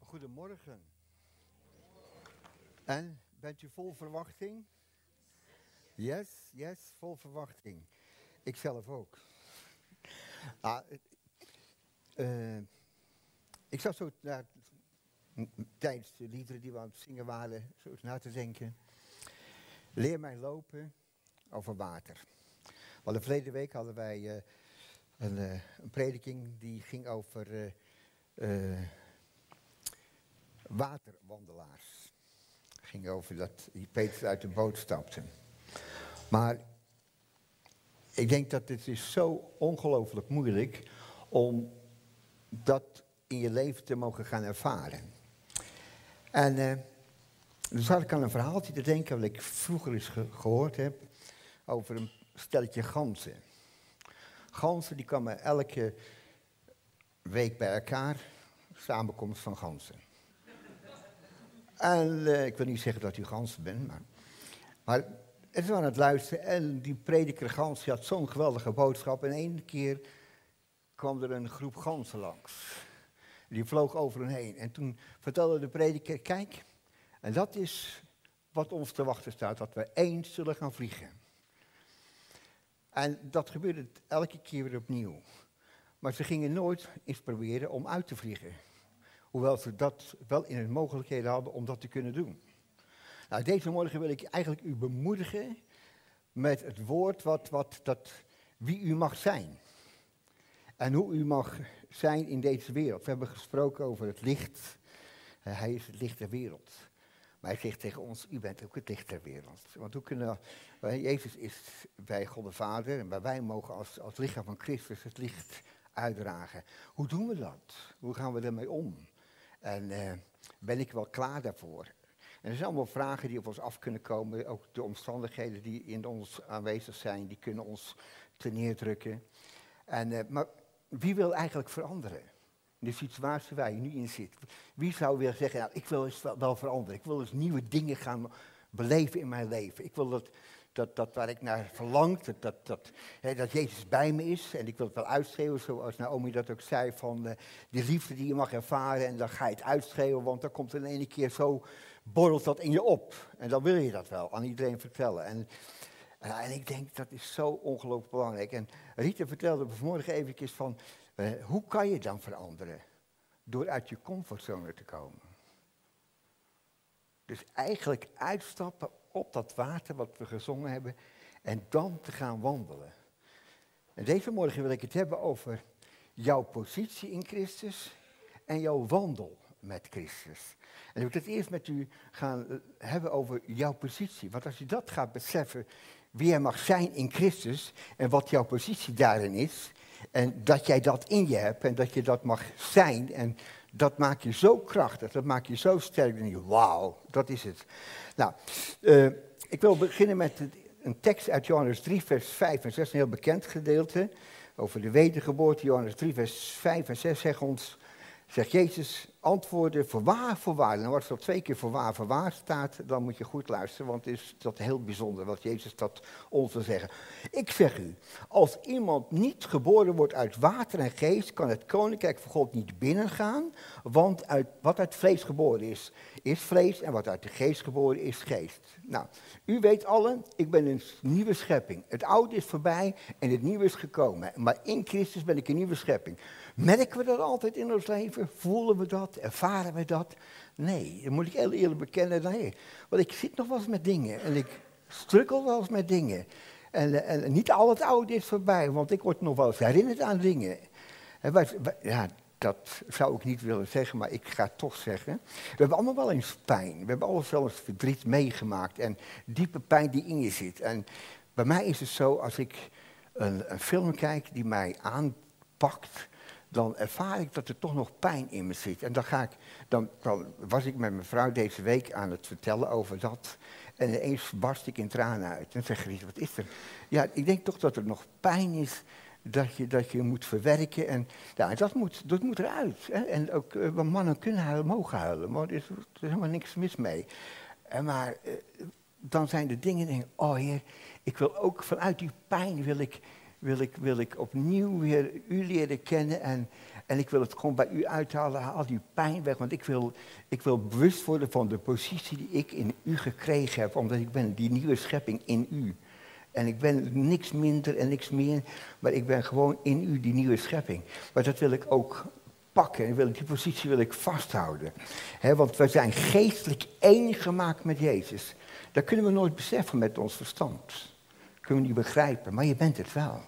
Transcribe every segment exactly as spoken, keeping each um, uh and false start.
Goedemorgen. En, bent u vol verwachting? Yes, yes, vol verwachting. Ik zelf ook. Ah, uh, ik zat zo naar, tijdens de liederen die we aan het zingen waren, zo eens na te denken. Leer mij lopen over water. Want de verleden week hadden wij uh, een, uh, een prediking die ging over uh, uh, waterwandelaars. Het ging over dat Petrus uit de boot stapte. Maar ik denk dat het is zo ongelooflijk moeilijk om dat in je leven te mogen gaan ervaren. En uh, dus had ik aan een verhaaltje te denken wat ik vroeger eens ge- gehoord heb over een stelletje ganzen. Ganzen die kwamen elke week bij elkaar, samenkomst van ganzen. En uh, ik wil niet zeggen dat u ganzen bent, maar, maar het was aan het luisteren en die prediker Gans die had zo'n geweldige boodschap. En één keer kwam er een groep ganzen langs. Die vloog over hen heen. En toen vertelde de prediker, kijk, en dat is wat ons te wachten staat, dat we eens zullen gaan vliegen. En dat gebeurde elke keer weer opnieuw. Maar ze gingen nooit eens proberen om uit te vliegen. Hoewel ze dat wel in hun mogelijkheden hadden om dat te kunnen doen. Nou, deze morgen wil ik eigenlijk u bemoedigen met het woord wat, wat, dat, wie u mag zijn. En hoe u mag zijn in deze wereld. We hebben gesproken over het licht. Uh, hij is het licht der wereld. Maar hij zegt tegen ons, u bent ook het licht der wereld. Want hoe kunnen, uh, Jezus is bij God de Vader en bij wij mogen als, als lichaam van Christus het licht uitdragen. Hoe doen we dat? Hoe gaan we ermee om? En uh, ben ik wel klaar daarvoor? En er zijn allemaal vragen die op ons af kunnen komen. Ook de omstandigheden die in ons aanwezig zijn, die kunnen ons teneerdrukken. En, uh, maar wie wil eigenlijk veranderen? In de situatie waar je nu in zit. Wie zou willen zeggen, nou, ik wil eens wel, wel veranderen. Ik wil eens nieuwe dingen gaan beleven in mijn leven. Ik wil dat, dat, dat waar ik naar verlang, dat, dat, dat, hè, dat Jezus bij me is. En ik wil het wel uitschreeuwen, zoals Naomi dat ook zei, van uh, die liefde die je mag ervaren. En dan ga je het uitschreeuwen, want dan komt er in één keer zo, borrelt dat in je op. En dan wil je dat wel aan iedereen vertellen. En, en, en ik denk, dat is zo ongelooflijk belangrijk. En Rita vertelde vanmorgen eventjes van, uh, hoe kan je dan veranderen? Door uit je comfortzone te komen. Dus eigenlijk uitstappen op dat water wat we gezongen hebben en dan te gaan wandelen. En deze morgen wil ik het hebben over jouw positie in Christus en jouw wandel met Christus. En ik wil het eerst met u gaan hebben over jouw positie. Want als je dat gaat beseffen, wie jij mag zijn in Christus en wat jouw positie daarin is, en dat jij dat in je hebt en dat je dat mag zijn en dat maakt je zo krachtig, dat maakt je zo sterk. En je, wauw, dat is het. Nou, uh, ik wil beginnen met een tekst uit Johannes drie, vers vijf en zes, een heel bekend gedeelte over de wedergeboorte. Johannes drie, vers vijf en zes zegt ons, zegt Jezus, antwoorden voorwaar, voorwaar. En als er twee keer voorwaar, voorwaar staat, dan moet je goed luisteren, want het is dat heel bijzonder wat Jezus dat ons wil zeggen. Ik zeg u, als iemand niet geboren wordt uit water en geest, kan het koninkrijk van God niet binnengaan, want uit, wat uit vlees geboren is, is vlees en wat uit de geest geboren is, geest. Nou, u weet allen, ik ben een nieuwe schepping. Het oude is voorbij en het nieuwe is gekomen. Maar in Christus ben ik een nieuwe schepping. Merken we dat altijd in ons leven? Voelen we dat? Ervaren we dat? Nee, dat moet ik heel eerlijk bekennen. Nee. Want ik zit nog wel eens met dingen en ik strukkel wel eens met dingen. En, en niet al het oude is voorbij, want ik word nog wel eens herinnerd aan dingen. En wij, wij, ja, dat zou ik niet willen zeggen, maar ik ga het toch zeggen. We hebben allemaal wel eens pijn. We hebben allemaal wel eens verdriet meegemaakt en diepe pijn die in je zit. En bij mij is het zo, als ik een, een film kijk die mij aanpakt, dan ervaar ik dat er toch nog pijn in me zit. En dan, ga ik, dan, dan was ik met mijn vrouw deze week aan het vertellen over dat. En ineens barst ik in tranen uit. En zeg ik, wat is er? Ja, ik denk toch dat er nog pijn is dat je, dat je moet verwerken. En ja, dat, moet, dat moet eruit. Hè? En ook uh, mannen kunnen huilen, mogen huilen. Maar er is, er is helemaal niks mis mee. En maar uh, dan zijn er dingen die denken, oh Heer, ik wil ook vanuit die pijn wil ik... Wil ik, wil ik opnieuw weer u leren kennen en, En ik wil het gewoon bij u uithalen, haal die pijn weg. Want ik wil, ik wil bewust worden van de positie die ik in u gekregen heb. Omdat ik ben die nieuwe schepping in u. En ik ben niks minder en niks meer, maar ik ben gewoon in u die nieuwe schepping. Maar dat wil ik ook pakken en wil, die positie wil ik vasthouden. He, want we zijn geestelijk één gemaakt met Jezus. Dat kunnen we nooit beseffen met ons verstand. Dat kunnen we niet begrijpen, maar je bent het wel.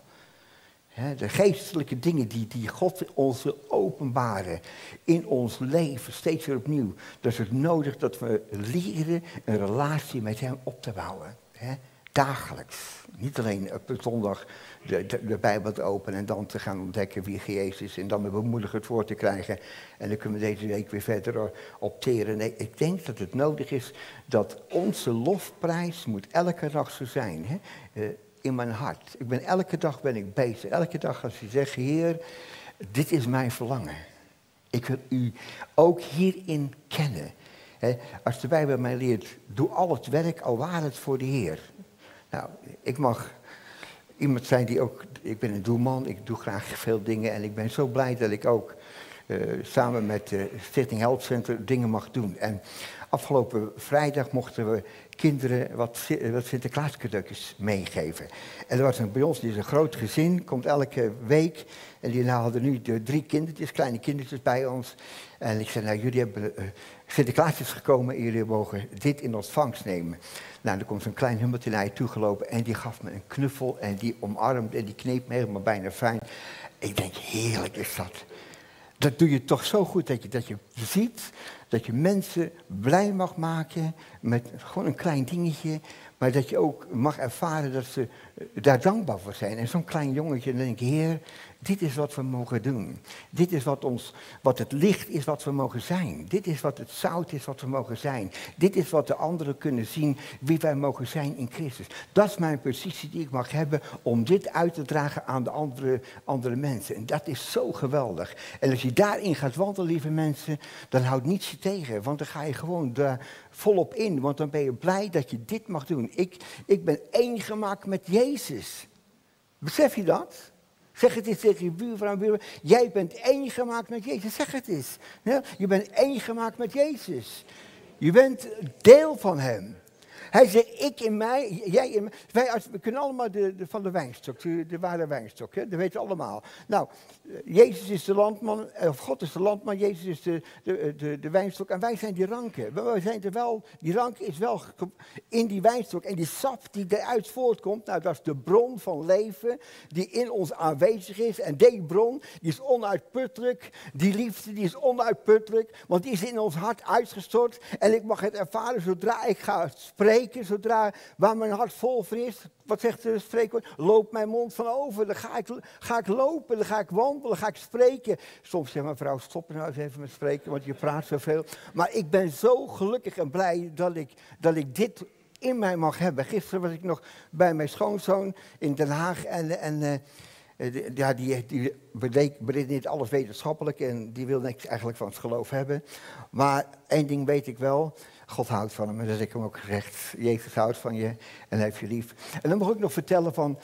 He, de geestelijke dingen die, die God ons wil openbaren in ons leven, steeds weer opnieuw. Dat is het nodig dat we leren een relatie met hem op te bouwen. He. Dagelijks. Niet alleen op zondag de, de, de Bijbel te openen en dan te gaan ontdekken wie Jezus is. En dan een bemoedigend woord te krijgen. En dan kunnen we deze week weer verder opteren. Nee, ik denk dat het nodig is dat onze lofprijs moet elke dag zo zijn. Hè? Uh, in mijn hart. Ik ben, elke dag ben ik bezig. Elke dag als je zegt, Heer, dit is mijn verlangen. Ik wil u ook hierin kennen. Hè? Als de Bijbel mij leert, doe al het werk, al waar het voor de Heer. Nou, ik mag iemand zijn die ook, ik ben een doelman, ik doe graag veel dingen en ik ben zo blij dat ik ook uh, samen met de Stichting Help Center dingen mag doen. En afgelopen vrijdag mochten we kinderen wat, wat Sinterklaas cadeautjes meegeven. En er was een, bij ons, die is een groot gezin, komt elke week. En die hadden nu de drie kindertjes, kleine kindertjes bij ons. En ik zei, nou jullie hebben uh, Sinterklaasjes gekomen en jullie mogen dit in ontvangst nemen. Nou, dan komt zo'n klein hummeltje naar je toegelopen en die gaf me een knuffel en die omarmde en die kneep me helemaal bijna fijn. Ik denk, heerlijk is dat. Dat doe je toch zo goed dat je, dat je ziet dat je mensen blij mag maken met gewoon een klein dingetje. Maar dat je ook mag ervaren dat ze daar dankbaar voor zijn. En zo'n klein jongetje, dan denk ik, Heer, dit is wat we mogen doen. Dit is wat, ons, wat het licht is wat we mogen zijn. Dit is wat het zout is wat we mogen zijn. Dit is wat de anderen kunnen zien wie wij mogen zijn in Christus. Dat is mijn positie die ik mag hebben om dit uit te dragen aan de andere, andere mensen. En dat is zo geweldig. En als je daarin gaat wandelen, lieve mensen, dan houdt niets je tegen. Want dan ga je gewoon daar volop in. Want dan ben je blij dat je dit mag doen. Ik, ik ben één gemaakt met Jezus. Besef je dat? Zeg het eens tegen je buurvrouw, buurvrouw. Jij bent één gemaakt met Jezus. Zeg het eens. Ja? Je bent één gemaakt met Jezus. Je bent deel van hem. Hij zegt, ik in mij, jij in mij. Wij als, we kunnen allemaal de, de, van de wijnstok, de, de ware wijnstok, hè? Dat weten we allemaal. Nou, Jezus is de landman, of God is de landman, Jezus is de, de, de, de wijnstok en wij zijn die ranken. We zijn er wel, die rank is wel in die wijnstok en die sap die eruit voortkomt, nou dat is de bron van leven die in ons aanwezig is. En die bron, die is onuitputtelijk, die liefde die is onuitputtelijk, want die is in ons hart uitgestort. En ik mag het ervaren zodra ik ga spreken. Zodra waar mijn hart vol van is, wat zegt het spreekwoord? Loop mijn mond van over. Dan ga ik, ga ik lopen, dan ga ik wandelen, dan ga ik spreken. Soms zegt mijn vrouw, stop nou eens even met spreken, want je praat zoveel. Maar ik ben zo gelukkig en blij dat ik, dat ik dit in mij mag hebben. Gisteren was ik nog bij mijn schoonzoon in Den Haag en... en uh, ja, die, die beredeneert alles wetenschappelijk en die wil niks eigenlijk van het geloof hebben. Maar één ding weet ik wel, God houdt van hem en dat heb ik hem ook gezegd. Jezus houdt van je en heeft je lief. En dan mag ik nog vertellen van,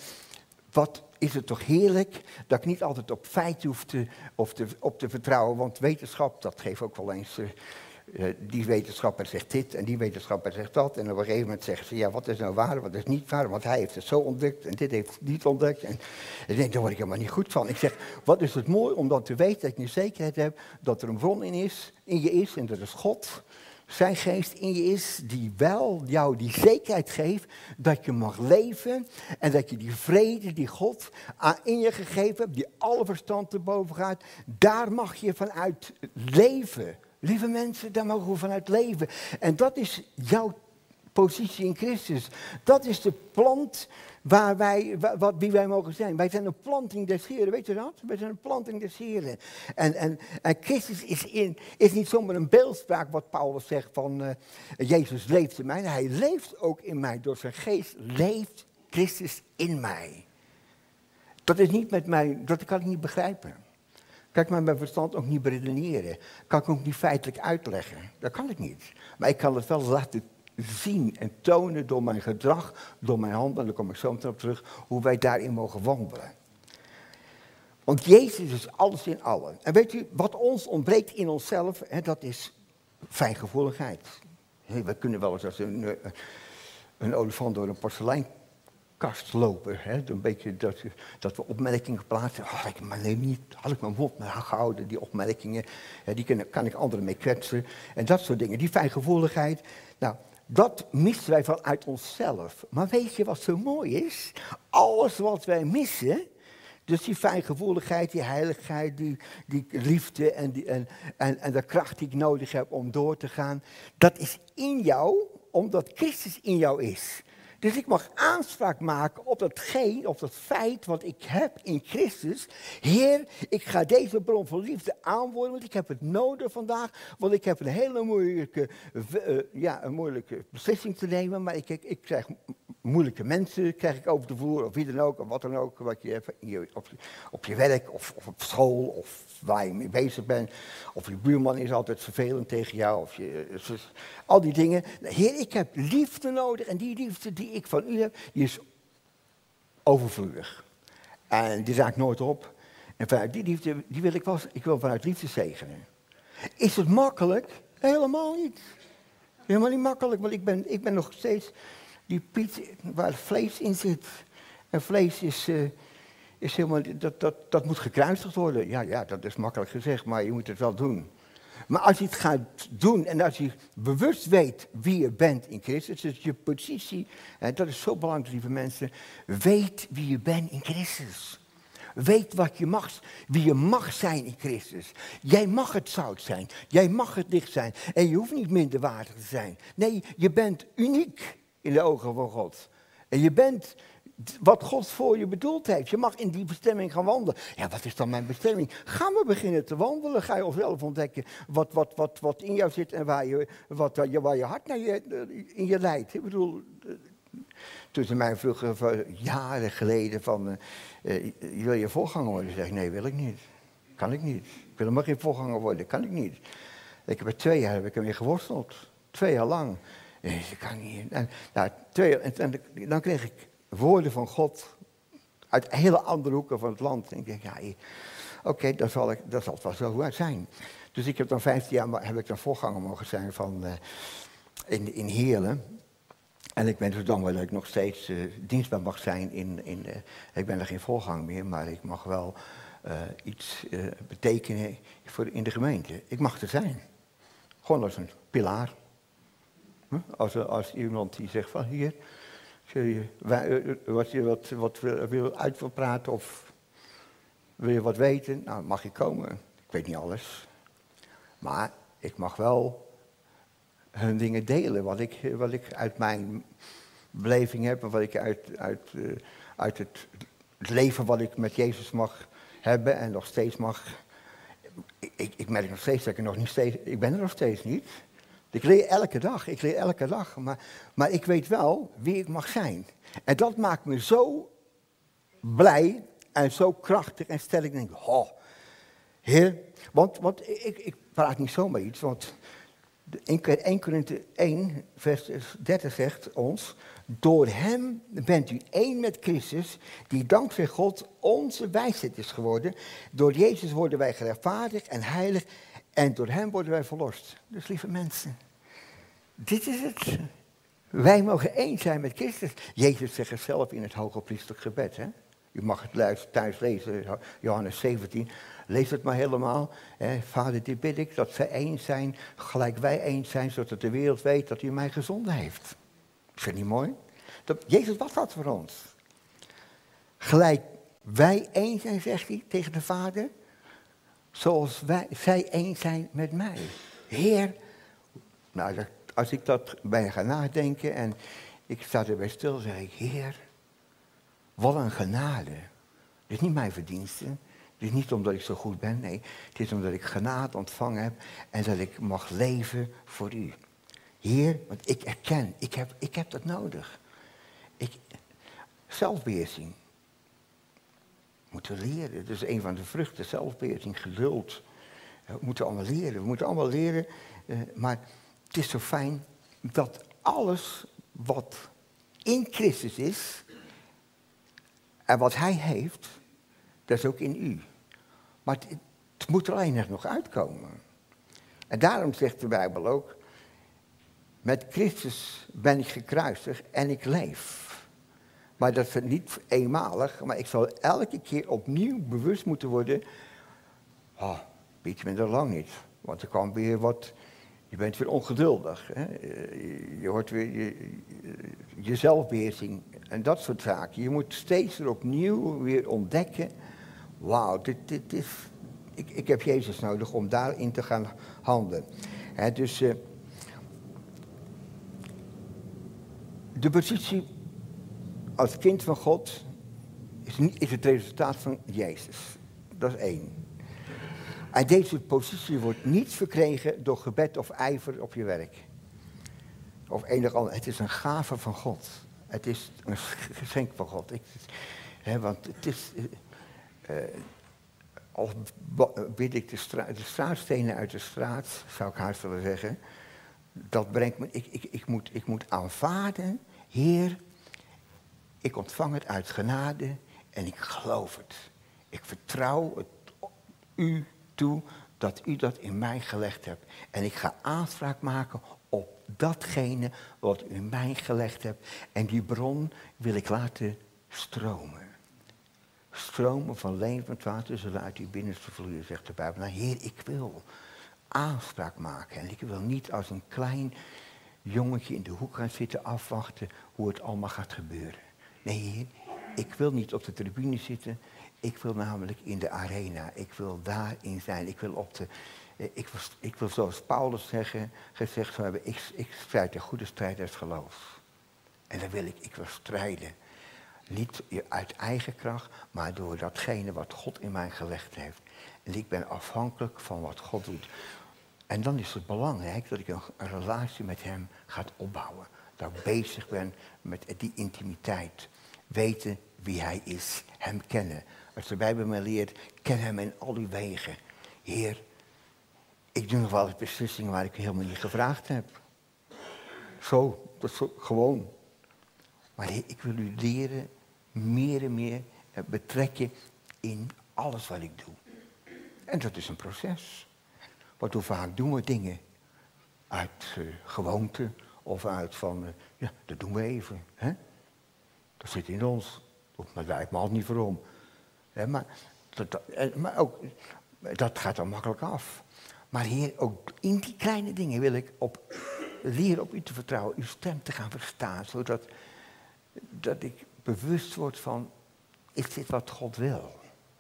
wat is het toch heerlijk dat ik niet altijd op feiten hoef te, of te, op te vertrouwen. Want wetenschap, dat geeft ook wel eens... Uh, Uh, die wetenschapper zegt dit en die wetenschapper zegt dat. En op een gegeven moment zeggen ze, ja, wat is nou waar, wat is niet waar. Want hij heeft het zo ontdekt en dit heeft het niet ontdekt. En ik denk, daar word ik helemaal niet goed van. Ik zeg, wat is het mooi om dan te weten dat ik een zekerheid heb dat er een bron in, is, in je is. En dat is God, zijn geest in je is, die wel jou die zekerheid geeft dat je mag leven. En dat je die vrede die God in je gegeven hebt, die alle verstand te boven gaat, daar mag je vanuit leven. Lieve mensen, daar mogen we vanuit leven. En dat is jouw positie in Christus. Dat is de plant waar wij, wat, wie wij mogen zijn. Wij zijn een planting des Heren, weet je dat? Wij zijn een planting des Heren. En, en, en Christus is, in, is niet zomaar een beeldspraak wat Paulus zegt van uh, Jezus leeft in mij. Hij leeft ook in mij. Door zijn geest leeft Christus in mij. Dat is niet met mij, dat kan ik niet begrijpen. Kan ik met mijn verstand ook niet beredeneren. Kan ik ook niet feitelijk uitleggen. Dat kan ik niet. Maar ik kan het wel laten zien en tonen door mijn gedrag, door mijn handen. En daar kom ik zo meteen op terug, hoe wij daarin mogen wandelen. Want Jezus is alles in allen. En weet u, wat ons ontbreekt in onszelf, hè, dat is fijngevoeligheid. We kunnen wel eens als een, een olifant door een porseleinkast lopen. Hè, een beetje dat, dat we opmerkingen plaatsen. Oh, ik maar nee, niet, had ik mijn mond maar gehouden, die opmerkingen. Hè, die kan, kan ik anderen mee kwetsen. En dat soort dingen, die fijngevoeligheid. Nou, dat missen wij vanuit onszelf. Maar weet je wat zo mooi is? Alles wat wij missen, dus die fijngevoeligheid, die heiligheid, die, die liefde en, die, en, en, en de kracht die ik nodig heb om door te gaan, dat is in jou, omdat Christus in jou is. Dus ik mag aanspraak maken op datgene, op dat feit wat ik heb in Christus. Heer, ik ga deze bron van liefde aanboren, want ik heb het nodig vandaag. Want ik heb een hele moeilijke, uh, ja, een moeilijke beslissing te nemen. Maar ik, ik, ik krijg moeilijke mensen, krijg ik over de vloer, of wie dan ook, of wat dan ook. Wat je hebt op, je, op je werk, of, of op school, of waar je mee bezig bent. Of je buurman is altijd vervelend tegen jou, of je, dus, al die dingen. Heer, ik heb liefde nodig en die liefde die ik van u heb, die is overvloedig. En die raakt nooit op. En vanuit die liefde, die wil ik wel, ik wil vanuit liefde zegenen. Is het makkelijk? Helemaal niet. Helemaal niet makkelijk, want ik ben, ik ben nog steeds die Piet waar vlees in zit. En vlees is, uh, is helemaal, dat, dat, dat moet gekruisigd worden. Ja, ja, dat is makkelijk gezegd, maar je moet het wel doen. Maar als je het gaat doen en als je bewust weet wie je bent in Christus, dus je positie, en dat is zo belangrijk, lieve mensen, weet wie je bent in Christus. Weet wat je mag, wie je mag zijn in Christus. Jij mag het zout zijn, jij mag het licht zijn en je hoeft niet minderwaardig te zijn. Nee, je bent uniek in de ogen van God. En je bent wat God voor je bedoeld heeft. Je mag in die bestemming gaan wandelen. Ja, wat is dan mijn bestemming? Ga maar beginnen te wandelen. Ga je zelf ontdekken wat, wat, wat, wat in jou zit en waar je, wat, waar je hart naar je, in je leidt. Ik bedoel, toen ze mij vroegen jaren geleden van, uh, wil je voorganger worden? Zeg ik, nee, wil ik niet. Kan ik niet. Ik wil helemaal geen voorganger worden. Kan ik niet. Ik heb er twee jaar heb ik ermee geworsteld. Twee jaar lang. Nee, dat kan niet. En, nou, twee, en, en dan kreeg ik woorden van God uit hele andere hoeken van het land. En ik denk, ja, oké, okay, dat, zal ik, dat zal het wel zo zijn. Dus ik heb dan vijftien jaar heb ik dan voorganger mogen zijn van, uh, in, in Heerlen. En ik ben zo dankbaar dat ik nog steeds uh, dienstbaar mag zijn in, in uh, ik ben er geen voorganger meer, maar ik mag wel uh, iets uh, betekenen voor, in de gemeente. Ik mag er zijn. Gewoon als een pilaar. Huh? Als, als iemand die zegt van hier, wat je wat, wat wil uit wil praten of wil je wat weten, nou mag je komen. Ik weet niet alles. Maar ik mag wel hun dingen delen, wat ik, wat ik uit mijn beleving heb en wat ik uit, uit, uh, uit het, het leven wat ik met Jezus mag hebben en nog steeds mag. Ik, ik, ik merk nog steeds dat ik er nog niet steeds, ik ben er nog steeds niet. Ik leer elke dag, ik leer elke dag, maar, maar ik weet wel wie ik mag zijn. En dat maakt me zo blij en zo krachtig en sterk. Ik denk, oh, Heer, want, want ik, ik praat niet zomaar iets, want één Korinthe één, vers dertig zegt ons, door hem bent u één met Christus, die dankzij God onze wijsheid is geworden. Door Jezus worden wij gerechtvaardigd en heilig en door hem worden wij verlost. Dus lieve mensen, dit is het. Wij mogen één zijn met Christus. Jezus zegt het zelf in het hooggepriestelijk gebed. Hè? U mag het thuis lezen, Johannes zeventien. Lees het maar helemaal. Hè. Vader, dit bid ik, dat zij één zijn, gelijk wij één zijn, zodat de wereld weet dat u mij gezonden heeft. Is dat niet mooi? Dat, Jezus was dat voor ons. Gelijk wij één zijn, zegt hij tegen de Vader, zoals wij, zij één zijn met mij. Heer, nou, dat, als ik dat bij ga nadenken en ik sta erbij stil, zeg ik, Heer, wat een genade. Dit is niet mijn verdienste. Het is niet omdat ik zo goed ben, nee. Het is omdat ik genade ontvangen heb en dat ik mag leven voor u. Heer, want ik erken, ik heb, ik heb dat nodig. Ik, zelfbeheersing. Moeten we leren. Dat is een van de vruchten, zelfbeheersing, geduld. We moeten allemaal leren, we moeten allemaal leren. Uh, maar het is zo fijn dat alles wat in Christus is en wat hij heeft, dat is ook in u. Maar het, het moet er alleen nog uitkomen. En daarom zegt de Bijbel ook, met Christus ben ik gekruisigd en ik leef. Maar dat is niet eenmalig, maar ik zal elke keer opnieuw bewust moeten worden. Oh, Piet, je bent er lang niet. Want er kwam weer wat, je bent weer ongeduldig. Hè? Je hoort weer je, je zelfbeheersing en dat soort zaken. Je moet steeds er opnieuw weer ontdekken. Wauw, dit, dit is, ik, ik heb Jezus nodig om daarin te gaan handelen. Hè, dus uh, de positie als kind van God is, niet, is het resultaat van Jezus. Dat is één. En deze positie wordt niet verkregen door gebed of ijver op je werk. Of enig ander. Het is een gave van God. Het is een geschenk van God. Ik, hè, want het is... Uh, uh, al bid ik de, stra- de straatstenen uit de straat, zou ik haast willen zeggen. Dat brengt me... Ik, ik, ik, moet, ik moet aanvaarden, Heer, ik ontvang het uit genade en ik geloof het. Ik vertrouw het u toe dat u dat in mij gelegd hebt. En ik ga aanspraak maken op datgene wat u in mij gelegd hebt. En die bron wil ik laten stromen. Stromen van levend water zullen uit uw binnenste vloeien, zegt de Bijbel. Nou, Heer, ik wil aanspraak maken. En ik wil niet als een klein jongetje in de hoek gaan zitten afwachten hoe het allemaal gaat gebeuren. Nee, Heer, ik wil niet op de tribune zitten. Ik wil namelijk in de arena. Ik wil daarin zijn. Ik wil op de... Ik wil, ik wil zoals Paulus zeggen, gezegd zou hebben, ik, ik strijd de goede strijd uit geloof. En dan wil ik, ik wil strijden. Niet uit eigen kracht, maar door datgene wat God in mij gelegd heeft. En ik ben afhankelijk van wat God doet. En dan is het belangrijk dat ik een, een relatie met hem ga opbouwen. Dat ik bezig ben met die intimiteit. Weten wie hij is. Hem kennen. Als de Bijbel me leert, ken hem in al uw wegen. Heer, ik doe nog wel eens beslissingen waar ik helemaal niet gevraagd heb. Zo, dat is zo, gewoon. Maar Heer, ik wil u leren meer en meer betrekken in alles wat ik doe. En dat is een proces. Want hoe vaak doen we dingen uit uh, gewoonte of uit van, uh, ja, dat doen we even. Hè? Dat zit in ons. Maar daar lijkt me altijd niet voor om. Hè, maar, dat, dat, maar ook, dat gaat dan makkelijk af. Maar Heer, ook in die kleine dingen wil ik op, leren op u te vertrouwen, uw stem te gaan verstaan, zodat dat ik bewust word van, is dit wat God wil?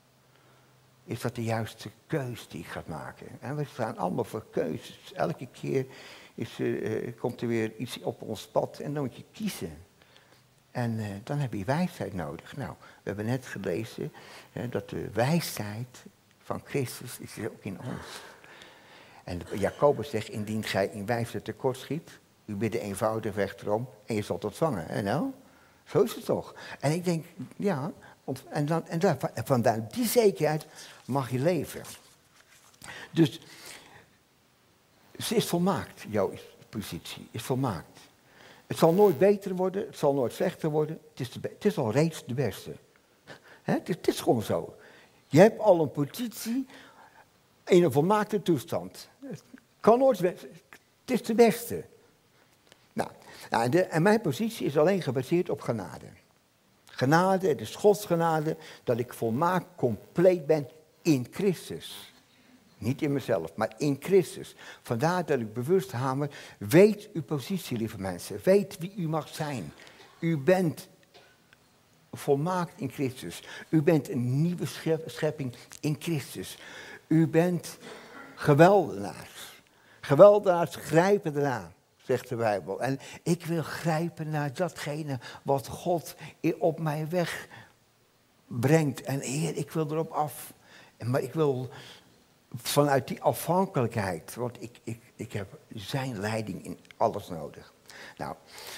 Is dat de juiste keus die ik ga maken? En we staan allemaal voor keuzes. Elke keer is, uh, komt er weer iets op ons pad en dan moet je kiezen. En uh, dan heb je wijsheid nodig. Nou, we hebben net gelezen uh, dat de wijsheid van Christus is ook in ons. En Jacobus zegt, indien gij in wijsheid tekort schiet, u bidde eenvoudig weg erom en je zult ontvangen. En nou, zo is het toch. En ik denk, ja, en, dan, en dan, vanuit die zekerheid mag je leven. Dus, ze is volmaakt, jouw positie is volmaakt. Het zal nooit beter worden, het zal nooit slechter worden, het is, de, het is al reeds de beste. He, het, is, het is gewoon zo. Je hebt al een positie in een volmaakte toestand. Het kan nooit, het is de beste. Nou, nou de, en mijn positie is alleen gebaseerd op genade. Genade, het is Gods genade, dat ik volmaakt compleet ben in Christus. Niet in mezelf, maar in Christus. Vandaar dat ik bewust hamer, weet uw positie, lieve mensen. Weet wie u mag zijn. U bent volmaakt in Christus. U bent een nieuwe schepping in Christus. U bent geweldenaars. Geweldenaars grijpen eraan, zegt de Bijbel. En ik wil grijpen naar datgene wat God op mijn weg brengt. En Heer, ik wil erop af. Maar ik wil vanuit die afhankelijkheid, want ik, ik, ik heb zijn leiding in alles nodig. Nou,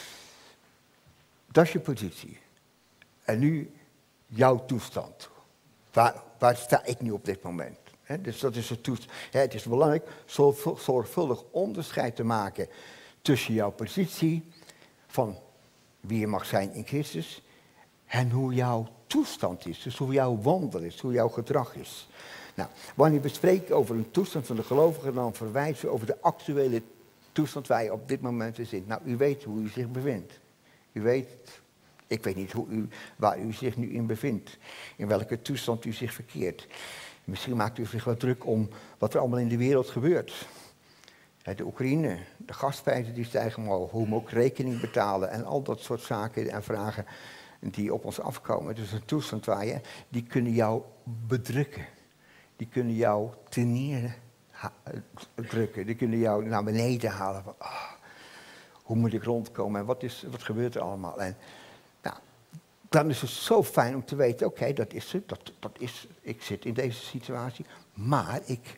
dat is je positie. En nu jouw toestand. Waar, waar sta ik nu op dit moment? He, dus dat is het toestand. He, het is belangrijk zorgvuldig onderscheid te maken tussen jouw positie van wie je mag zijn in Christus en hoe jouw toestand is. Dus hoe jouw wandel is, hoe jouw gedrag is. Nou, wanneer we spreken over een toestand van de gelovigen, dan verwijzen we over de actuele toestand waar je op dit moment in zit. Nou, u weet hoe u zich bevindt. U weet, ik weet niet hoe u, waar u zich nu in bevindt. In welke toestand u zich verkeert. Misschien maakt u zich wel druk om wat er allemaal in de wereld gebeurt. De Oekraïne, de gasprijzen die stijgen omhoog, hoe we ook rekening betalen en al dat soort zaken en vragen die op ons afkomen. Dus een toestand waar je, die kunnen jou bedrukken. Die kunnen jou ten neer drukken. Die kunnen jou naar beneden halen. Van, oh, hoe moet ik rondkomen en wat, is, wat gebeurt er allemaal? En nou, dan is het zo fijn om te weten, oké, okay, dat is het. Dat, dat is, ik zit in deze situatie. Maar ik,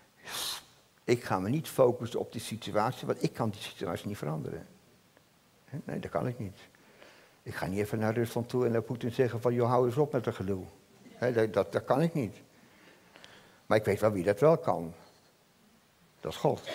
ik ga me niet focussen op die situatie, want ik kan die situatie niet veranderen. Nee, dat kan ik niet. Ik ga niet even naar Rusland toe en naar Poetin zeggen van, joh, hou eens op met dat gedoe. He, dat, dat, dat kan ik niet. Maar ik weet wel wie dat wel kan. Dat is God.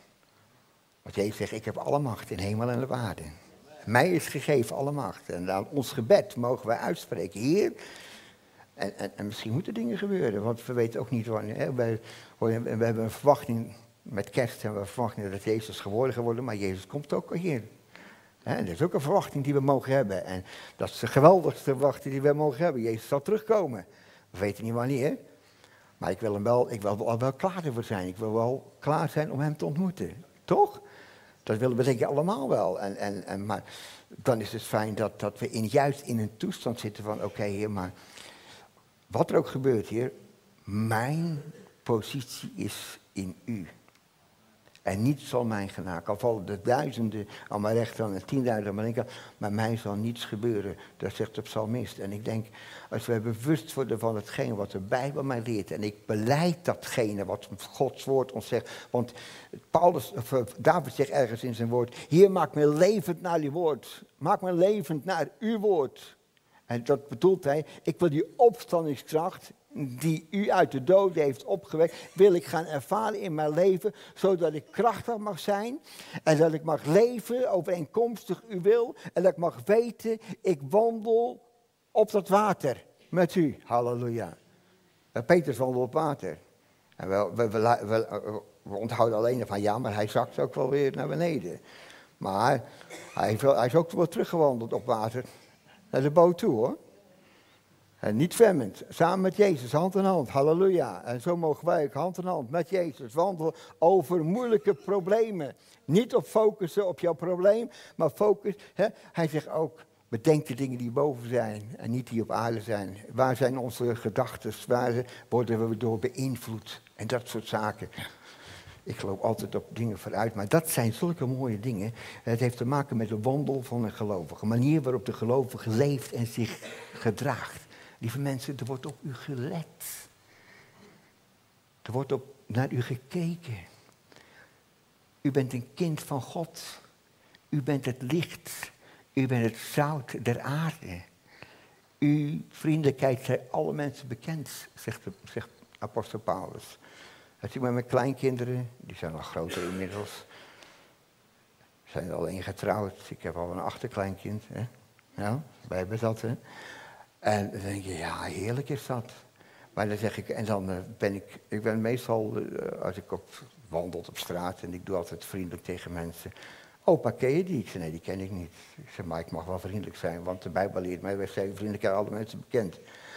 Want Jezus zegt, ik heb alle macht in hemel en op aarde. Mij is gegeven alle macht. En aan ons gebed mogen wij uitspreken. Heer, en, en, en misschien moeten dingen gebeuren, want we weten ook niet wanneer. Hè. Wij, we hebben een verwachting, met kerst hebben we een verwachting dat Jezus geboren gaat worden, maar Jezus komt ook hier. En dat is ook een verwachting die we mogen hebben. En dat is de geweldigste verwachting die we mogen hebben. Jezus zal terugkomen. We weten niet wanneer. Maar ik wil, hem wel, ik wil wel, wel klaar ervoor zijn. Ik wil wel klaar zijn om hem te ontmoeten. Toch? Dat willen we denk ik allemaal wel. En, en, en, maar dan is het fijn dat, dat we in, juist in een toestand zitten van... Oké, okay, Heer, maar wat er ook gebeurt, Heer... Mijn positie is in u. En niet zal mijn genaak, al vallen de duizenden aan mijn rechterhand en tienduizenden aan mijn linkerhand, maar mij zal niets gebeuren. Dat zegt de psalmist. En ik denk, als we bewust worden van hetgeen wat de Bijbel mij leert, en ik belijd datgene wat Gods woord ons zegt, want Paulus, of David zegt ergens in zijn woord, Heer, maak me levend naar uw woord. Maak me levend naar uw woord. En dat bedoelt hij, ik wil die opstandingskracht die u uit de dood heeft opgewekt, wil ik gaan ervaren in mijn leven, zodat ik krachtig mag zijn en dat ik mag leven overeenkomstig uw wil en dat ik mag weten, ik wandel op dat water met u. Halleluja. Petrus wandelde op water. En we, we, we, we, we onthouden alleen van ja, maar hij zakt ook wel weer naar beneden. Maar hij, hij is ook wel teruggewandeld op water naar de boot toe, hoor. En niet zwemmend, samen met Jezus, hand in hand, halleluja. En zo mogen wij ook hand in hand met Jezus wandelen over moeilijke problemen. Niet op focussen op jouw probleem, maar focus. Hè? Hij zegt ook, bedenk de dingen die boven zijn en niet die op aarde zijn. Waar zijn onze gedachten, waar worden we door beïnvloed en dat soort zaken. Ik loop altijd op dingen vooruit, maar dat zijn zulke mooie dingen. Het heeft te maken met de wandel van een gelovige. Een manier waarop de gelovige leeft en zich gedraagt. Lieve mensen, er wordt op u gelet. Er wordt op, naar u gekeken. U bent een kind van God. U bent het licht. U bent het zout der aarde. Uw vriendelijkheid zijn alle mensen bekend, zegt, de, zegt apostel Paulus. Als ik met mijn kleinkinderen, die zijn al groter inmiddels, zijn alleen getrouwd. Ik heb al een achterkleinkind. Hè? Ja, wij hebben dat, hè. En dan denk je, ja, heerlijk is dat. Maar dan zeg ik, en dan uh, ben ik, ik ben meestal, uh, als ik op, wandelt op straat en ik doe altijd vriendelijk tegen mensen. Opa, ken je die? Ik zeg, nee, die ken ik niet. Ik zeg, maar ik mag wel vriendelijk zijn, want de Bijbel leert mij, wij zijn vriendelijk aan alle mensen bekend.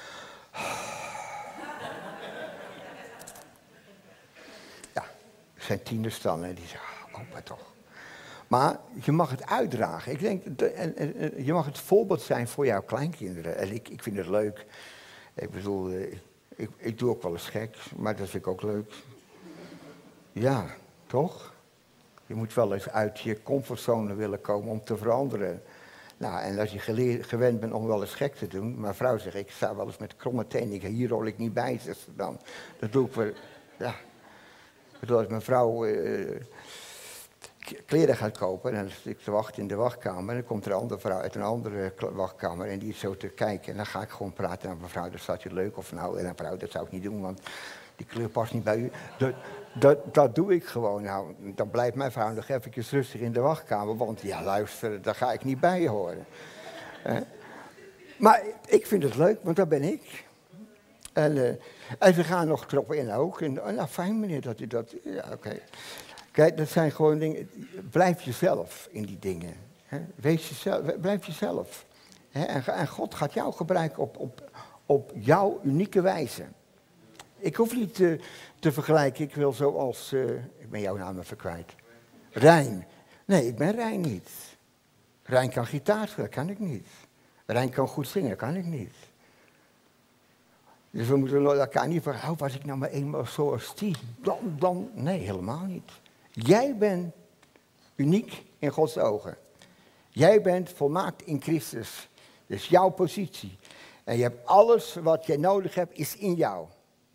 Ja, het zijn tieners dan, en die zeggen, oh, opa toch. Maar je mag het uitdragen. Ik denk, en, en, je mag het voorbeeld zijn voor jouw kleinkinderen. En ik, ik vind het leuk. Ik bedoel, ik, ik doe ook wel eens gek, maar dat vind ik ook leuk. Ja, toch? Je moet wel eens uit je comfortzone willen komen om te veranderen. Nou, en als je geleerd, gewend bent om wel eens gek te doen. Mijn vrouw zegt, ik sta wel eens met kromme tenen. Hier rol ik niet bij, zegt ze dan. Dat doe ik weer, ja. Ik bedoel, als mijn vrouw... Uh, kleren gaat kopen en dan zit ik te wachten in de wachtkamer en dan komt er een andere vrouw uit een andere wachtkamer en die is zo te kijken en dan ga ik gewoon praten met mevrouw, dat staat je leuk of nou, en mevrouw, dat zou ik niet doen, want die kleur past niet bij u. Dat, dat, dat doe ik gewoon. Nou, dan blijft mijn vrouw nog even rustig in de wachtkamer, want ja, luister, daar ga ik niet bij horen. Eh? Maar ik vind het leuk, want dat ben ik. En, uh, en we gaan nog erop in ook. En, oh, nou, fijn meneer dat u dat... Ja, oké. Okay. Kijk, dat zijn gewoon dingen... Blijf jezelf in die dingen. Hè? Wees jezelf, blijf jezelf. Hè? En, en God gaat jou gebruiken op, op, op jouw unieke wijze. Ik hoef niet te, te vergelijken. Ik wil zoals... Uh, ik ben jouw naam even kwijt. Rijn. Nee, ik ben Rijn niet. Rijn kan gitaar spelen, kan ik niet. Rijn kan goed zingen, kan ik niet. Dus we moeten elkaar niet vragen, oh, was ik nou maar eenmaal zoals die? Dan, dan, nee, helemaal niet. Jij bent uniek in Gods ogen. Jij bent volmaakt in Christus. Dus jouw positie. En je hebt alles wat je nodig hebt, is in jou.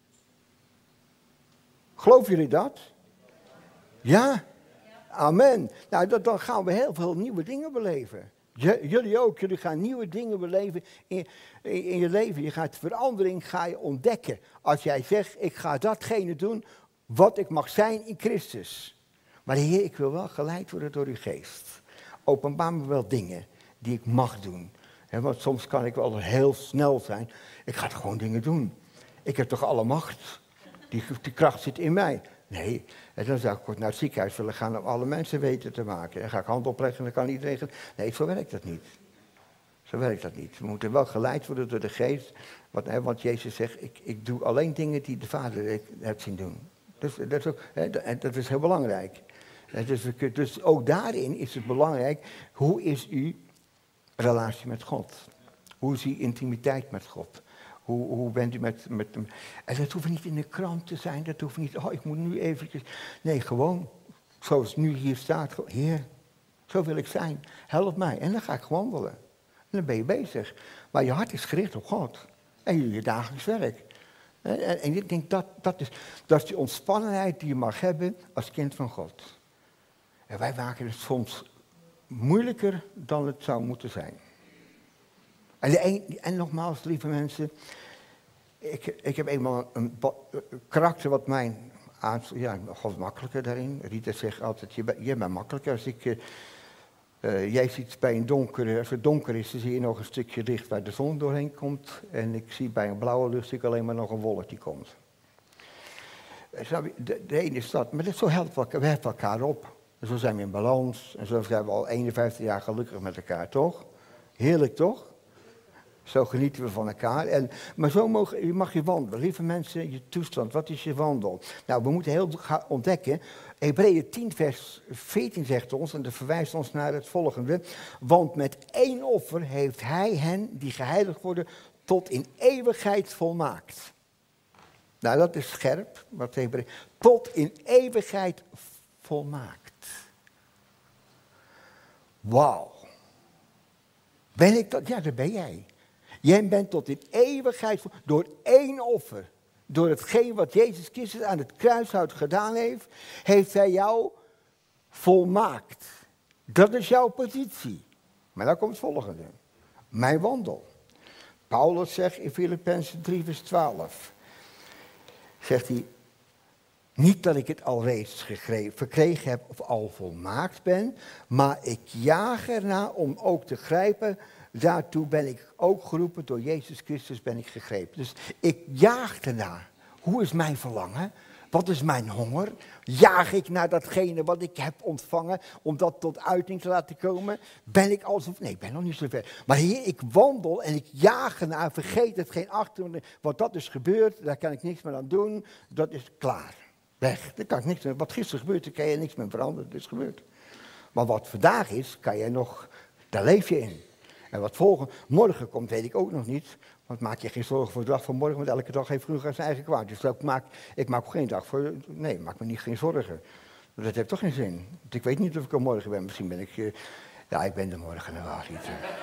Geloven jullie dat? Ja? Amen. Nou, dat, dan gaan we heel veel nieuwe dingen beleven. J- jullie ook. Jullie gaan nieuwe dingen beleven in, in, in je leven. Je gaat verandering ga je ontdekken. Als jij zegt, ik ga datgene doen wat ik mag zijn in Christus. Maar Heer, ik wil wel geleid worden door uw geest. Openbaar me wel dingen die ik mag doen. He, want soms kan ik wel heel snel zijn. Ik ga gewoon dingen doen. Ik heb toch alle macht. Die, die kracht zit in mij. Nee, en dan zou ik naar het ziekenhuis willen gaan om alle mensen weten te maken. Dan ga ik hand opleggen en dan kan iedereen zeggen. Nee, zo werkt dat niet. Zo werkt dat niet. We moeten wel geleid worden door de geest. Want, hè, want Jezus zegt, ik, ik doe alleen dingen die de Vader heeft zien doen. Dus dat is, ook, hè, dat is heel belangrijk. Dus, dus ook daarin is het belangrijk, hoe is uw relatie met God? Hoe is uw intimiteit met God? Hoe, hoe bent u met, met hem? En dat hoeft niet in de krant te zijn, dat hoeft niet, oh ik moet nu eventjes. Nee, gewoon, zoals nu hier staat, Heer, zo wil ik zijn, help mij. En dan ga ik wandelen. En dan ben je bezig. Maar je hart is gericht op God. En je, je dagelijks werk. En, en, en ik denk, dat, dat, is, dat is die ontspannenheid die je mag hebben als kind van God. En wij maken het soms moeilijker dan het zou moeten zijn. En, de een, en nogmaals, lieve mensen, ik, ik heb eenmaal een, een karakter wat mijn aanspreekt, ja, nogal makkelijker daarin. Rita zegt altijd, je, je bent makkelijker. Als ik, uh, uh, jij ziet bij een donker, als het donker is, dan zie je nog een stukje licht waar de zon doorheen komt. En ik zie bij een blauwe lucht, zie ik alleen maar nog een wolk die komt. De, de ene is dat, maar dat, zo helpt elkaar, we helpen elkaar op. En zo zijn we in balans. En zo zijn we al eenenvijftig jaar gelukkig met elkaar, toch? Heerlijk, toch? Zo genieten we van elkaar. En, maar zo mag, mag je wandelen. Lieve mensen, je toestand, wat is je wandel? Nou, we moeten heel gaan ontdekken. Hebreeën tien vers veertien zegt ons, en dat verwijst ons naar het volgende. Want met één offer heeft hij hen die geheiligd worden tot in eeuwigheid volmaakt. Nou, dat is scherp. Wat Hebreeën, tot in eeuwigheid volmaakt. Wauw. Ben ik dat? Ja, dat ben jij. Jij bent tot in eeuwigheid door één offer. Door hetgeen wat Jezus Christus aan het kruishout gedaan heeft, heeft hij jou volmaakt. Dat is jouw positie. Maar dan komt het volgende. Mijn wandel. Paulus zegt in Filippenzen drie vers twaalf. Zegt hij, niet dat ik het al reeds gegrepen, verkregen heb of al volmaakt ben, maar ik jaag erna om ook te grijpen. Daartoe ben ik ook geroepen, door Jezus Christus ben ik gegrepen. Dus ik jaag erna. Hoe is mijn verlangen? Wat is mijn honger? Jaag ik naar datgene wat ik heb ontvangen, om dat tot uiting te laten komen? Ben ik alsof... Nee, ik ben nog niet zo ver. Maar Heer, ik wandel en ik jaag ernaar, vergeet het geen achter, want dat is gebeurd, daar kan ik niks meer aan doen, dat is klaar. Weg, daar kan ik niks meer. Wat gisteren gebeurd, daar kan je niks meer veranderen, dat is gebeurd. Maar wat vandaag is, kan je nog, daar leef je in. En wat volgende, morgen komt, weet ik ook nog niet. Want maak je geen zorgen voor de dag van morgen, want elke dag heeft genoeg aan zijn eigen kwaad. Dus ik maak, ik maak ook geen dag voor, nee, maak me niet geen zorgen. Dat heeft toch geen zin. Want ik weet niet of ik er morgen ben, misschien ben ik, uh, ja, ik ben er morgen nog wel niet.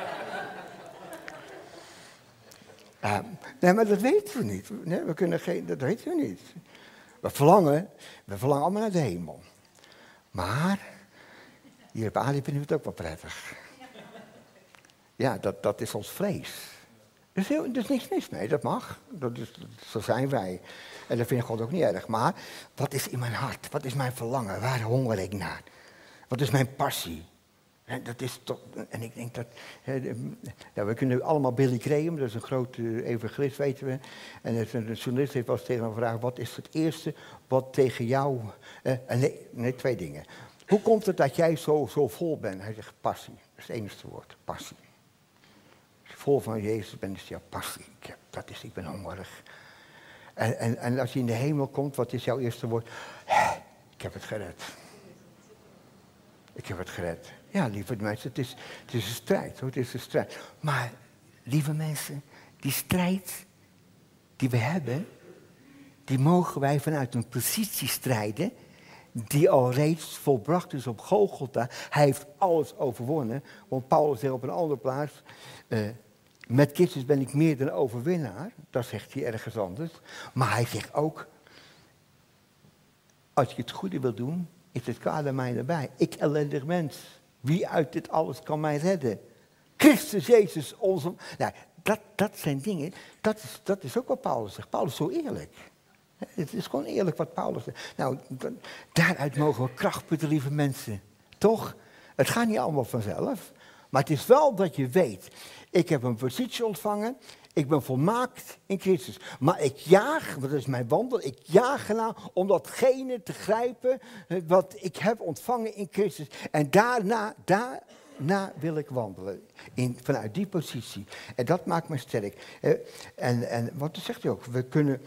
Uh, nee, maar dat weten we niet. Nee, we kunnen geen, dat weten we niet. We verlangen, we verlangen allemaal naar de hemel. Maar, hier op aarde vinden we het ook wel prettig. Ja, dat, dat is ons vlees. Er is, heel, er is niks mis mee, dat mag. Dat is, dat, zo zijn wij. En dat vindt God ook niet erg. Maar, wat is in mijn hart? Wat is mijn verlangen? Waar honger ik naar? Wat is mijn passie? En dat is toch, en ik denk dat, hè, nou, we kunnen allemaal Billy Graham, dat is een grote evangelist, weten we. En een journalist heeft wel eens tegen hem gevraagd, wat is het eerste wat tegen jou, eh, nee, nee, twee dingen. Hoe komt het dat jij zo, zo vol bent? Hij zegt passie, dat is het enige woord, passie. Als je vol van Jezus bent, is het jouw passie. Ik heb, dat is, ik ben hongerig. En, en, en als je in de hemel komt, wat is jouw eerste woord? Ik heb het gered. Ik heb het gered. Ja, lieve mensen, het is, het is een strijd, hoor. Het is een strijd. Maar, lieve mensen, die strijd die we hebben, die mogen wij vanuit een positie strijden, die al reeds volbracht is op Golgotha. Hij heeft alles overwonnen. Want Paulus zegt op een andere plaats, uh, met Christus ben ik meer dan overwinnaar. Dat zegt hij ergens anders. Maar hij zegt ook, als je het goede wil doen, is het kwade mij erbij. Ik ellendig mens. Wie uit dit alles kan mij redden? Christus Jezus, onze... Nou, dat, dat zijn dingen, dat is, dat is ook wat Paulus zegt. Paulus is zo eerlijk. Het is gewoon eerlijk wat Paulus zegt. Nou, daaruit mogen we kracht putten, lieve mensen. Toch? Het gaat niet allemaal vanzelf. Maar het is wel dat je weet, ik heb een positie ontvangen, ik ben volmaakt in Christus. Maar ik jaag, dat is mijn wandel, ik jaag ernaar om datgene te grijpen wat ik heb ontvangen in Christus. En daarna, daarna wil ik wandelen, in, vanuit die positie. En dat maakt me sterk. En, en wat zegt hij ook, we kunnen...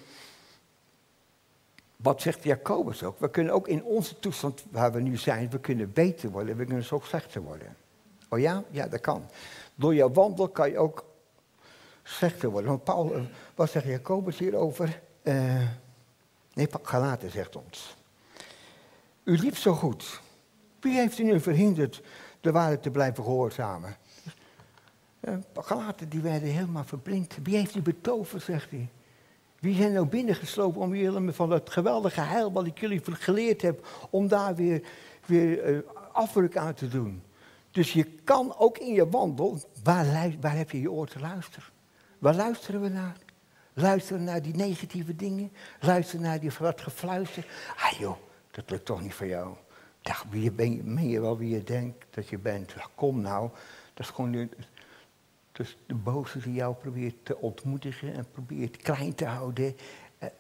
Wat zegt Jacobus ook? We kunnen ook in onze toestand waar we nu zijn, we kunnen beter worden, we kunnen ook slechter worden. Oh ja? Ja, dat kan. Door jouw wandel kan je ook slechter worden. Want Paul, wat zegt Jacobus hierover? Uh, nee, Galaten zegt ons. U liep zo goed. Wie heeft u nu verhinderd de waarheid te blijven gehoorzamen? Uh, Galaten die werden helemaal verblind. Wie heeft u betoverd, zegt hij. Wie zijn nou binnengeslopen om jullie van dat geweldige heil wat ik jullie geleerd heb, om daar weer, weer uh, afbreuk aan te doen. Dus je kan ook in je wandel, waar, waar heb je je oor te luisteren? Waar luisteren we naar? Luisteren naar die negatieve dingen? Luisteren naar die, dat gefluister? Ah joh, dat lukt toch niet voor jou. Ja, wie ben je, ben je wel wie je denkt dat je bent? Ja, kom nou, dat is gewoon... De, Dus de boze die jou probeert te ontmoedigen en probeert klein te houden, eh,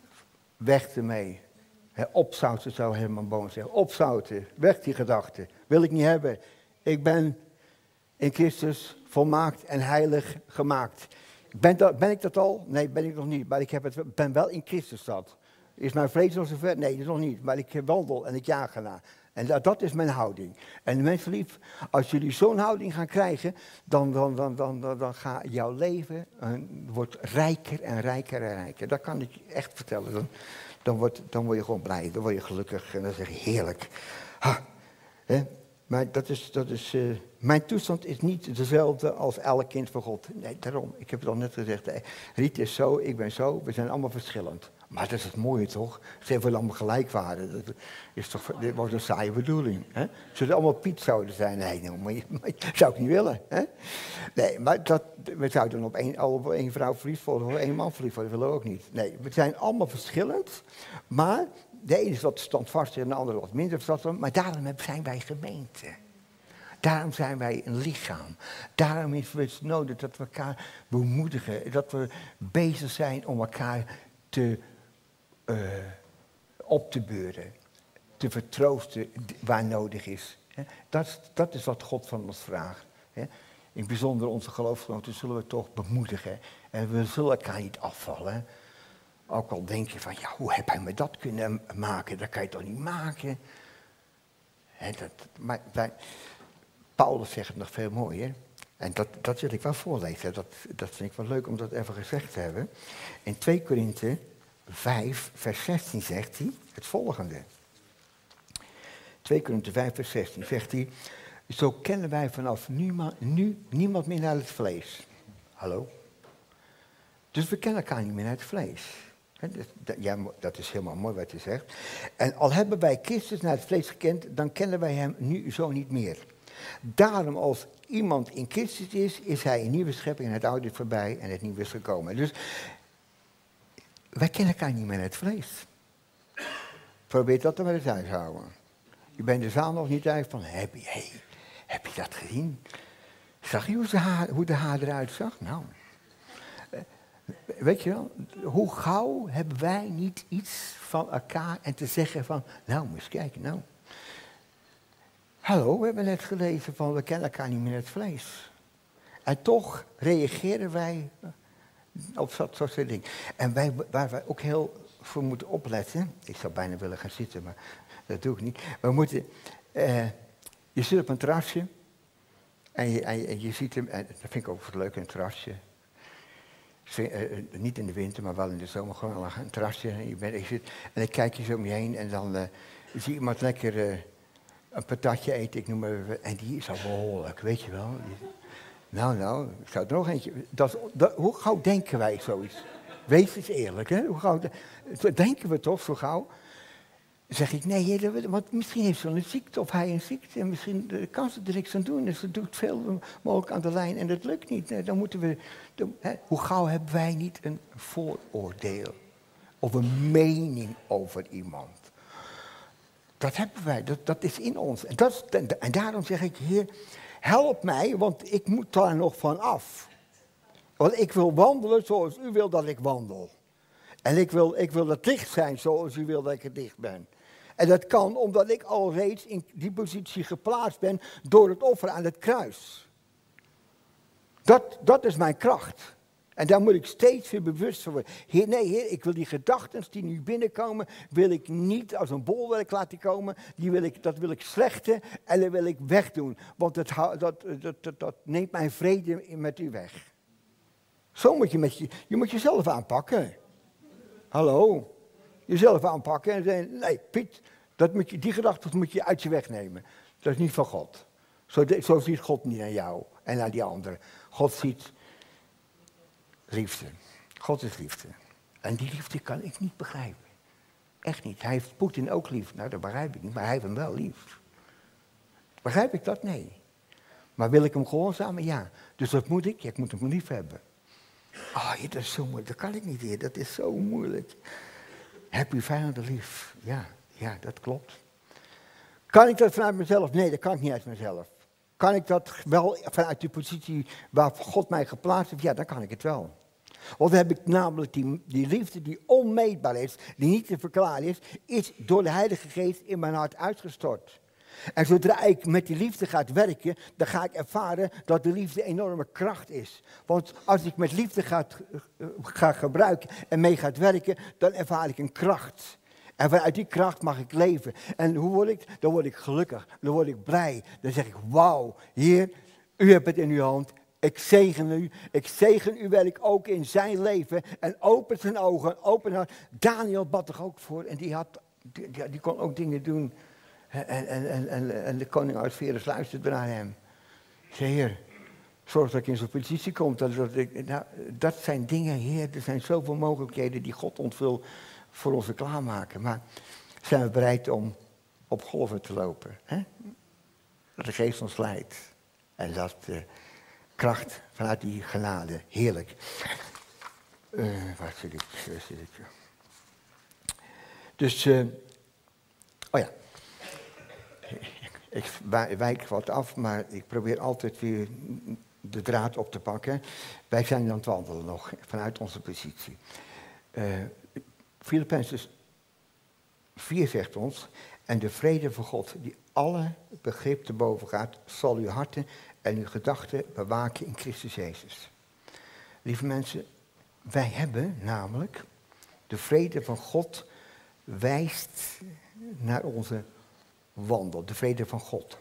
weg ermee. He, opzouten zou Herman Boon zeggen. Opzouten, weg die gedachten. Wil ik niet hebben. Ik ben in Christus volmaakt en heilig gemaakt. Ben, dat, ben ik dat al? Nee, ben ik nog niet. Maar ik heb het, ben wel in Christus dat. Is mijn vlees nog zover? Nee, dat is nog niet. Maar ik wandel en ik jaag ernaar. En dat, dat is mijn houding. En mensen lief, als jullie zo'n houding gaan krijgen, dan, dan, dan, dan, dan, dan gaat jouw leven uh, wordt rijker en rijker en rijker. Dat kan ik je echt vertellen. Dan, dan, word, dan word je gewoon blij, dan word je gelukkig en dan zeg je heerlijk. Ha, hè? Maar dat is, dat is, uh, mijn toestand is niet dezelfde als elk kind van God. Nee, daarom, ik heb het al net gezegd. Hey, Riet is zo, ik ben zo, we zijn allemaal verschillend. Maar dat is het mooie toch? Ze we allemaal gelijk waren. Dat is toch, dit was een saaie bedoeling. Hè? Zullen allemaal Piet zouden zijn? Nee, nou, maar, maar, zou ik niet willen. Hè? Nee, maar dat, we zouden op één, al op één vrouw verliefd worden of één man verliefd worden. Dat willen we ook niet. Nee, we zijn allemaal verschillend. Maar de ene is wat standvastiger en de andere wat minder standvastig. Maar daarom zijn wij gemeente. Daarom zijn wij een lichaam. Daarom is het nodig dat we elkaar bemoedigen. Dat we bezig zijn om elkaar te... Uh, op te beuren, te vertroosten waar nodig is. Dat, dat is wat God van ons vraagt. In het bijzonder onze geloofsgenoten zullen we toch bemoedigen. En we zullen elkaar niet afvallen. Ook al denk je van, ja, hoe heb hij me dat kunnen maken? Dat kan je toch niet maken? He, dat, maar, maar, Paulus zegt het nog veel mooier. En dat, dat wil ik wel voorlezen. Dat, dat vind ik wel leuk om dat even gezegd te hebben. In twee Korinthe vijf, vers zestien zegt hij het volgende. twee Korinthe vijf, vers zestien zegt hij, zo kennen wij vanaf nu, nu niemand meer naar het vlees. Hallo? Dus we kennen elkaar niet meer naar het vlees. Ja, dat is helemaal mooi wat je zegt. En al hebben wij Christus naar het vlees gekend, dan kennen wij hem nu zo niet meer. Daarom als iemand in Christus is, is hij een nieuwe schepping en het oude is voorbij en het nieuwe is gekomen. Dus wij kennen elkaar niet meer naar het vlees. Probeer dat er maar eens uit te houden. Je bent de zaal nog niet uit van, heb je, hey, Heb je dat gezien? Zag je hoe, ze haar, hoe de haar eruit zag? Nou, uh, weet je wel, hoe gauw hebben wij niet iets van elkaar en te zeggen van, nou, moet eens kijken, nou. Hallo, we hebben net gelezen van, we kennen elkaar niet meer het vlees. En toch reageren wij op dat soort dingen. En wij, waar wij ook heel voor moeten opletten, ik zou bijna willen gaan zitten, maar dat doe ik niet. We moeten, uh, je zit op een terrasje en je, en je, en je ziet hem, en dat vind ik ook leuk, een terrasje. Uh, uh, niet in de winter, maar wel in de zomer, gewoon een terrasje. En, je bent, je zit, en dan kijk je zo om je heen en dan uh, zie je iemand lekker uh, een patatje eten, ik noem maar even, en die is al behoorlijk, weet je wel. Nou, nou, ik zou er nog eentje. Dat, dat, hoe gauw denken wij zoiets? Wees eens eerlijk, hè? Hoe gauw denken we toch zo gauw? Zeg ik, nee, want misschien heeft ze een ziekte of hij een ziekte. En misschien kan ze er niks aan doen. En ze doet veel mogelijk aan de lijn en dat lukt niet. Dan moeten we. Dan, hè, hoe gauw hebben wij niet een vooroordeel of een mening over iemand? Dat hebben wij, dat, dat is in ons. En, dat, en, en daarom zeg ik, Heer, help mij, want ik moet daar nog van af. Want ik wil wandelen zoals u wil dat ik wandel. En ik wil, ik wil het licht zijn zoals u wil dat ik het licht ben. En dat kan omdat ik al reeds in die positie geplaatst ben door het offer aan het kruis. Dat, dat is mijn kracht. En daar moet ik steeds weer bewust van worden. Heer, nee, Heer, ik wil die gedachten die nu binnenkomen, wil ik niet als een bolwerk laten komen. Die wil ik, dat wil ik slechten en dat wil ik wegdoen. Want dat, dat, dat, dat, dat neemt mijn vrede met u weg. Zo moet je met je, je moet jezelf aanpakken. Hallo. Jezelf aanpakken en zeggen, nee Piet, dat moet je, die gedachten moet je uit je wegnemen. Dat is niet van God. Zo, de, zo ziet God niet naar jou en naar die anderen. God ziet liefde. God is liefde. En die liefde kan ik niet begrijpen. Echt niet. Hij heeft Poetin ook lief. Nou, dat begrijp ik niet, maar hij heeft hem wel lief. Begrijp ik dat? Nee. Maar wil ik hem gehoorzamen? Ja. Dus wat moet ik? Ja, ik moet hem lief hebben. Ah, oh, dat is zo moeilijk. Dat kan ik niet weer. Dat is zo moeilijk. Heb uw vijanden lief? Ja, ja, dat klopt. Kan ik dat vanuit mezelf? Nee, dat kan ik niet uit mezelf. Kan ik dat wel vanuit de positie waar God mij geplaatst heeft? Ja, dan kan ik het wel. Want dan heb ik namelijk die, die liefde die onmeetbaar is, die niet te verklaren is, is door de Heilige Geest in mijn hart uitgestort. En zodra ik met die liefde ga werken, dan ga ik ervaren dat de liefde enorme kracht is. Want als ik met liefde ga, ga gebruiken en mee ga werken, dan ervaar ik een kracht. En vanuit die kracht mag ik leven. En hoe word ik? Dan word ik gelukkig, dan word ik blij. Dan zeg ik, wauw, Heer, u hebt het in uw hand. Ik zegen u, ik zegen uw werk ook in zijn leven. En open zijn ogen, open haar. Daniel bad er ook voor en die, had, die, die kon ook dingen doen. En, en, en, en, en de koning uit Verus luisterde naar hem. Zei, Heer, zorg dat ik in zo'n positie kom. Dat, dat, ik, nou, dat zijn dingen, Heer, er zijn zoveel mogelijkheden die God ons wil voor ons klaarmaken. Maar zijn we bereid om op golven te lopen? Hè? Dat de Geest ons leidt. En dat de kracht vanuit die genade, heerlijk. Uh, waar zit ik? Waar zit ik? Dus, uh, oh ja. Ik wijk wat af, maar ik probeer altijd weer de draad op te pakken. Wij zijn aan het wandelen nog, vanuit onze positie. Uh, Filippenzen vier zegt ons, en de vrede van God, die alle begrip te boven gaat, zal uw harten en uw gedachten bewaken in Christus Jezus. Lieve mensen, wij hebben namelijk, de vrede van God wijst naar onze wandel, de vrede van God.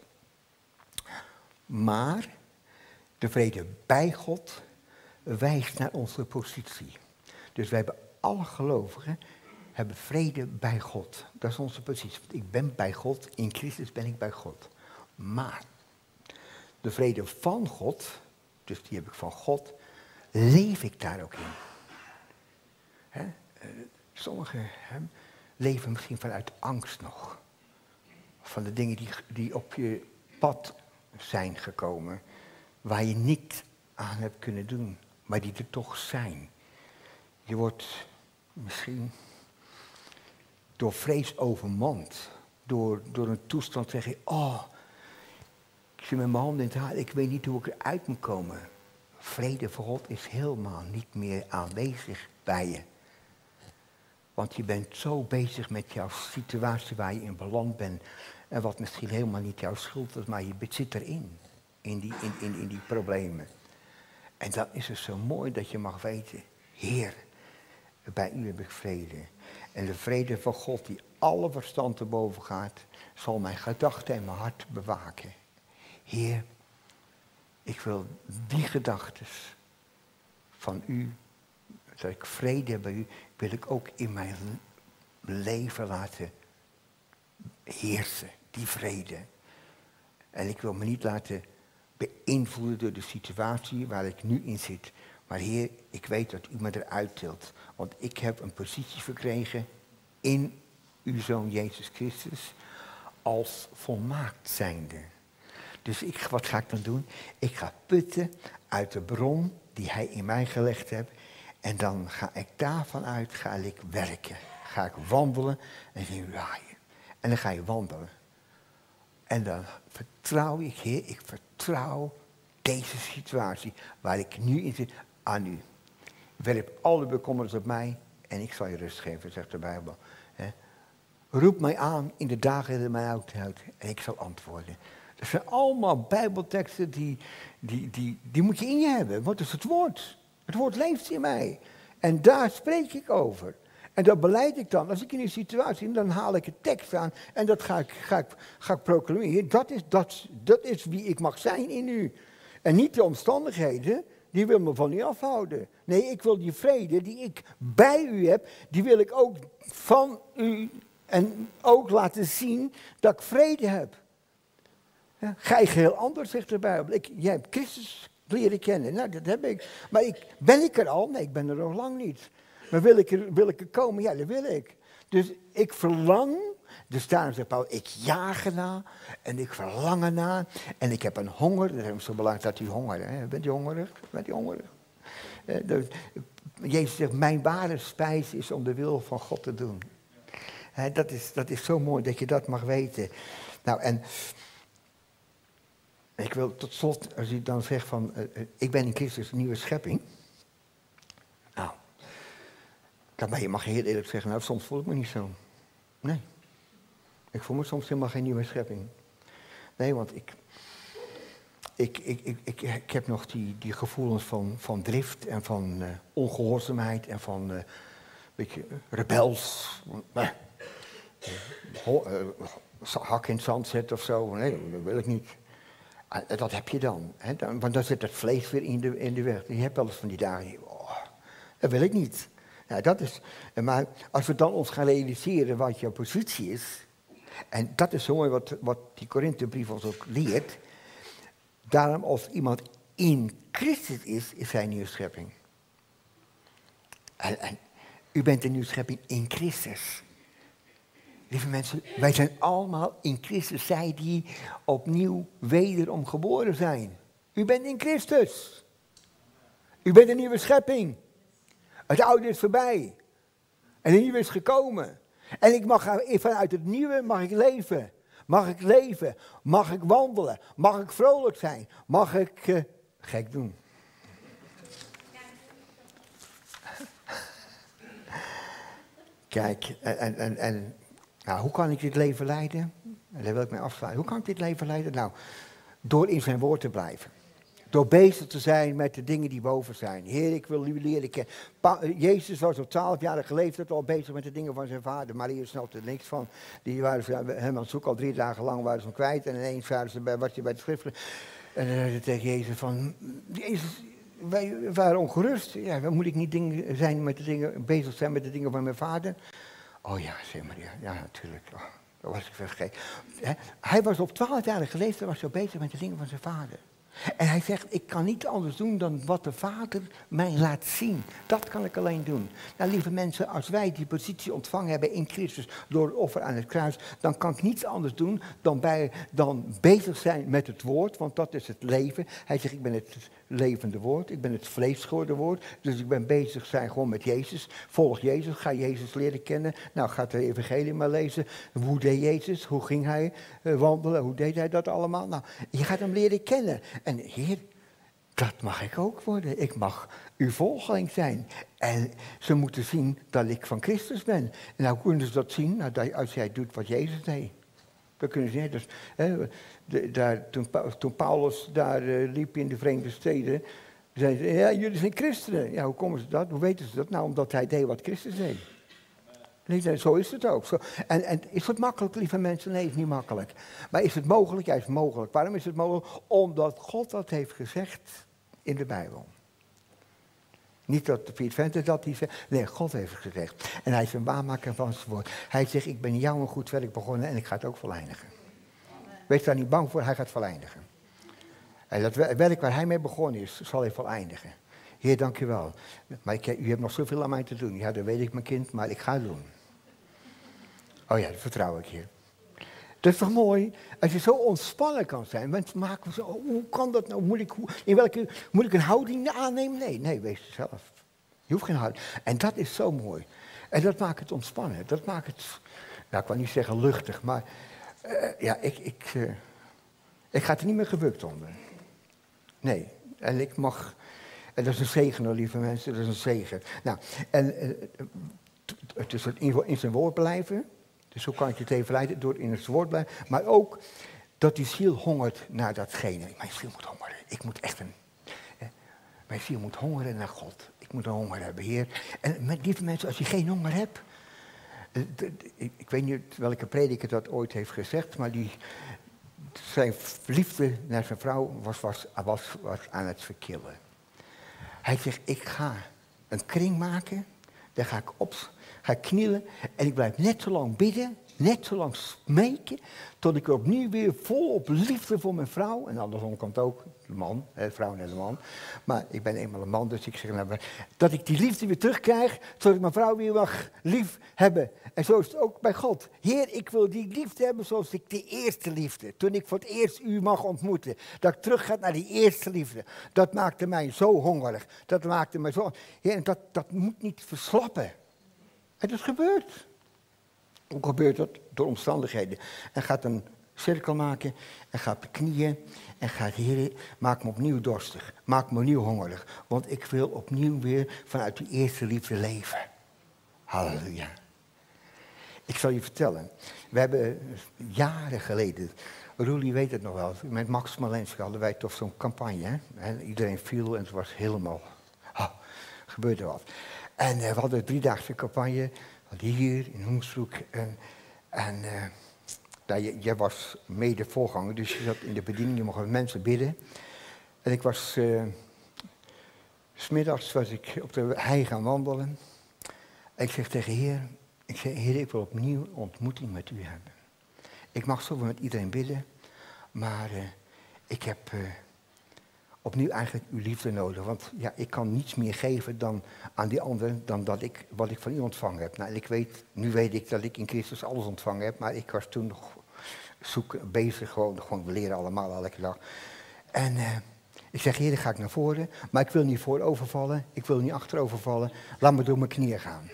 Maar de vrede bij God wijst naar onze positie. Dus wij hebben alle gelovigen hebben vrede bij God. Dat is onze positie. Ik ben bij God, in Christus ben ik bij God. Maar de vrede van God, dus die heb ik van God, leef ik daar ook in. Hè? Sommigen hè, leven misschien vanuit angst nog. Van de dingen die, die op je pad zijn gekomen, waar je niet aan hebt kunnen doen, maar die er toch zijn. Je wordt misschien door vrees overmand, door, door een toestand zeg je, oh, Ik zie met mijn handen in het haar, ik weet niet hoe ik eruit moet komen. Vrede voor God is helemaal niet meer aanwezig bij je. Want je bent zo bezig met jouw situatie waar je in beland bent. En wat misschien helemaal niet jouw schuld is, maar je zit erin. In die, in, in, in die problemen. En dan is het zo mooi dat je mag weten, Heer, bij u heb ik vrede. En de vrede van God die alle verstand te boven gaat, zal mijn gedachten en mijn hart bewaken. Heer, ik wil die gedachten van u, dat ik vrede heb bij u, wil ik ook in mijn leven laten heersen, die vrede. En ik wil me niet laten beïnvloeden door de situatie waar ik nu in zit. Maar Heer, ik weet dat u me eruit tilt. Want ik heb een positie verkregen in uw Zoon Jezus Christus als volmaakt zijnde. Dus ik, wat ga ik dan doen? Ik ga putten uit de bron die hij in mij gelegd heeft. En dan ga ik daarvan uit, ga ik werken. Ga ik wandelen en dan waaien. En dan ga je wandelen. En dan vertrouw ik, Heer, ik vertrouw deze situatie waar ik nu in zit aan u. Werp alle bekommernis op mij en ik zal je rust geven, zegt de Bijbel. He. Roep mij aan in de dagen dat mij uithoudt en ik zal antwoorden. Dat zijn allemaal Bijbelteksten die, die, die, die moet je in je hebben. Wat is het woord? Het woord leeft in mij. En daar spreek ik over. En dat beleid ik dan. Als ik in een situatie ben, dan haal ik een tekst aan. En dat ga ik, ga ik, ga ik proclameren. Dat is, dat, dat is wie ik mag zijn in u. En niet de omstandigheden, die wil me van u afhouden. Nee, ik wil die vrede die ik bij u heb, die wil ik ook van u en ook laten zien dat ik vrede heb. Ja, ga je heel anders, zegt de Bijbel. Ik, jij hebt Christus leren kennen. Nou, dat heb ik. Maar ik, ben ik er al? Nee, ik ben er nog lang niet. Maar wil ik, er, wil ik er komen? Ja, dat wil ik. Dus ik verlang, dus daarom zegt Paulus, ik jaag erna en ik verlang erna. En ik heb een honger, dat is zo belangrijk dat u honger hebt. Bent u hongerig? Bent u hongerig? Eh, dus, Jezus zegt, mijn ware spijs is om de wil van God te doen. Eh, dat, is, dat is zo mooi dat je dat mag weten. Nou, en ik wil tot slot, als u dan zegt van, uh, uh, ik ben in Christus een nieuwe schepping. Nou, dan je mag je heel eerlijk zeggen, nou soms voel ik me niet zo. Nee, ik voel me soms helemaal geen nieuwe schepping. Nee, want ik, ik, ik, ik, ik, ik heb nog die, die gevoelens van, van drift en van uh, ongehoorzaamheid en van, uh, weet je, rebels. Uh, uh, uh, hak in het zand zetten of zo, nee, dat wil ik niet. Uh, dat heb je dan, hè, dan, want dan zit het vlees weer in de, in de weg. Je hebt wel eens van die dagen, oh, dat wil ik niet. Nou, dat is, maar als we dan ons gaan realiseren wat jouw positie is, en dat is zo mooi wat, wat die Korinthebrief ons ook leert, daarom als iemand in Christus is, is hij een nieuwe schepping. En, en u bent een nieuwe schepping in Christus. Lieve mensen, wij zijn allemaal in Christus, zij die opnieuw wederom geboren zijn. U bent in Christus. U bent een nieuwe schepping. Het oude is voorbij. En het nieuwe is gekomen. En ik mag vanuit het nieuwe mag ik leven. Mag ik leven. Mag ik wandelen. Mag ik vrolijk zijn. Mag ik uh, gek doen. Kijk, en, en, en nou, hoe kan ik dit leven leiden? Daar wil ik mee afsluiten. Hoe kan ik dit leven leiden? Nou, door in zijn woord te blijven. Door bezig te zijn met de dingen die boven zijn. Heer, ik wil u leren kennen. Pa- Jezus was op twaalfjarige leeftijd al bezig met de dingen van zijn vader. Maria snapte er niks van. Die waren ze hem aan het zoeken. Al drie dagen lang waren ze hem kwijt. En ineens waren ze bij, was hij bij de schriftelijke. En dan zei hij tegen Jezus van, Jezus, wij waren ongerust. Ja, dan moet ik niet dingen zijn met de dingen, bezig zijn met de dingen van mijn vader? Oh ja, zei Maria. Ja, natuurlijk. Oh, dat was ik vergeten. Hij was op twaalfjarige leeftijd was hij bezig met de dingen van zijn vader. En hij zegt, ik kan niet anders doen dan wat de Vader mij laat zien. Dat kan ik alleen doen. Nou, lieve mensen, als wij die positie ontvangen hebben in Christus door het offer aan het kruis, dan kan ik niets anders doen dan, bij, dan bezig zijn met het woord, want dat is het leven. Hij zegt, ik ben het levende woord, ik ben het vlees geworden woord, dus ik ben bezig zijn gewoon met Jezus. Volg Jezus, ga Jezus leren kennen. Nou, ga de evangelie maar lezen. Hoe deed Jezus? Hoe ging hij uh, wandelen? Hoe deed hij dat allemaal? Nou, je gaat hem leren kennen. En Heer, dat mag ik ook worden. Ik mag uw volgeling zijn. En ze moeten zien dat ik van Christus ben. En nou kunnen ze dat zien nou, dat als jij doet wat Jezus deed. Dat kunnen ze niet. Dus, hè, de, daar, toen, toen Paulus daar uh, liep in de Verenigde Steden, zeiden ze, ja, jullie zijn christenen. Ja, hoe komen ze dat? Hoe weten ze dat? Nou, omdat hij deed wat Christus deed. Nee, zo is het ook. Zo. En, en is het makkelijk, lieve mensen? Nee, het is niet makkelijk. Maar is het mogelijk? Ja, het is mogelijk. Waarom is het mogelijk? Omdat God dat heeft gezegd in de Bijbel. Niet dat Piet Vente dat hij zegt. Nee, God heeft het gezegd. En hij is een waarmaker van zijn woord. Hij zegt, ik ben jou een goed werk begonnen en ik ga het ook voleindigen. Wees daar niet bang voor, hij gaat voleindigen. En dat werk waar hij mee begonnen is, zal hij voleindigen. Heer, dank u wel. Maar ik, u hebt nog zoveel aan mij te doen. Ja, dat weet ik, mijn kind, maar ik ga het doen. Oh ja, dat vertrouw ik je. Dat is toch mooi? Als je zo ontspannen kan zijn. Mensen maken zo, hoe kan dat nou? Moet ik, hoe, in welke, moet ik een houding aannemen? Nee, nee, wees zelf. Je hoeft geen houding. En dat is zo mooi. En dat maakt het ontspannen. Dat maakt het, nou ik wil niet zeggen luchtig, maar uh, ja, ik, ik, uh, ik ga er niet meer gebukt onder. Nee, en ik mag, en dat is een zegen hoor, lieve mensen, dat is een zegen. Nou, en uh, het is in, in zijn woord blijven. Dus zo kan je het even leiden, door in het woord blijven. Maar ook dat die ziel hongert naar datgene. Mijn ziel moet hongeren. Ik moet echt een... Eh, mijn ziel moet hongeren naar God. Ik moet een honger hebben, Heer. En met lieve mensen, als je geen honger hebt... Eh, d, d, ik, ik weet niet welke prediker dat ooit heeft gezegd, maar die... Zijn liefde naar zijn vrouw was, was, was, was aan het verkillen. Hij zegt, ik ga een kring maken. Daar ga ik op... Ga ik knielen en ik blijf net zo lang bidden, net zo lang smeken, tot ik opnieuw weer volop liefde voor mijn vrouw, en andersom kan het ook, de man, de vrouw en de man, maar ik ben eenmaal een man, dus ik zeg, nou, dat ik die liefde weer terugkrijg, zodat ik mijn vrouw weer mag lief hebben. En zo is het ook bij God. Heer, ik wil die liefde hebben zoals ik de eerste liefde, toen ik voor het eerst u mag ontmoeten, dat ik terug ga naar die eerste liefde. Dat maakte mij zo hongerig, dat maakte mij zo, Heer, dat, dat moet niet verslappen. En dat gebeurt. Hoe gebeurt dat? Door omstandigheden. En gaat een cirkel maken en gaat op de knieën en gaat, Heer, maak me opnieuw dorstig. Maak me opnieuw hongerig. Want ik wil opnieuw weer vanuit die eerste liefde leven. Halleluja. Ik zal je vertellen. We hebben jaren geleden, Roelie weet het nog wel, met Max Malenski hadden wij toch zo'n campagne. Hè? Iedereen viel en het was helemaal, oh, gebeurde wat. En uh, we hadden een driedaagse campagne, hier in Hoensbroek. En, en uh, nou, jij was mede voorganger, dus je zat in de bediening, je mocht met mensen bidden. En ik was, uh, 's middags was ik op de hei gaan wandelen. En ik zeg tegen Heer, ik zeg, Heer, ik wil opnieuw een ontmoeting met u hebben. Ik mag zoveel met iedereen bidden, maar uh, ik heb... Uh, opnieuw eigenlijk uw liefde nodig. Want ja, ik kan niets meer geven dan aan die anderen dan dat ik, wat ik van u ontvangen heb. Nou, en ik weet, nu weet ik dat ik in Christus alles ontvangen heb, maar ik was toen nog zoeken, bezig, gewoon, gewoon we leren allemaal elke dag. En uh, ik zeg, Heer, dan ga ik naar voren, maar ik wil niet voorovervallen, ik wil niet achterovervallen, laat me door mijn knieën gaan.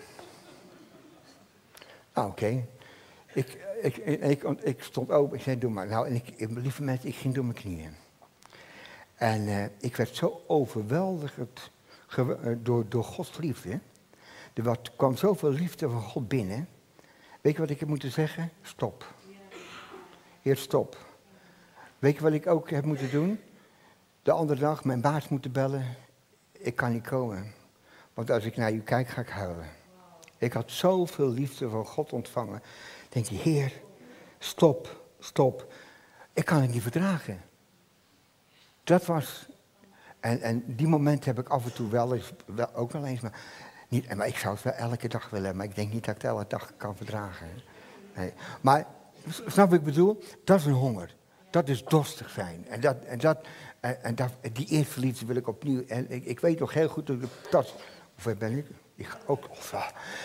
Nou, oké. Okay. Ik, ik, ik, ik, ik stond open, ik zei, doe maar. Nou, en ik, lieve mensen, ik ging door mijn knieën. En uh, ik werd zo overweldigd door, door Gods liefde. Er wat, kwam zoveel liefde van God binnen. Weet je wat ik heb moeten zeggen? Stop. Heer, stop. Weet je wat ik ook heb moeten doen? De andere dag mijn baas moeten bellen. Ik kan niet komen. Want als ik naar u kijk, ga ik huilen. Ik had zoveel liefde van God ontvangen. Denk je, Heer, stop, stop. Ik kan het niet verdragen. Dat was, en, en die momenten heb ik af en toe wel eens, wel, ook wel eens, maar, niet, maar ik zou het wel elke dag willen, maar ik denk niet dat ik het elke dag kan verdragen. Nee. Maar, snap wat ik bedoel? Dat is een honger. Dat is dorstig zijn. En, dat, en, dat, en, en dat, die eerste liedje wil ik opnieuw. En ik, ik weet nog heel goed dat ik dat. Hoe ver ben ik? Ik ga ook. Oh,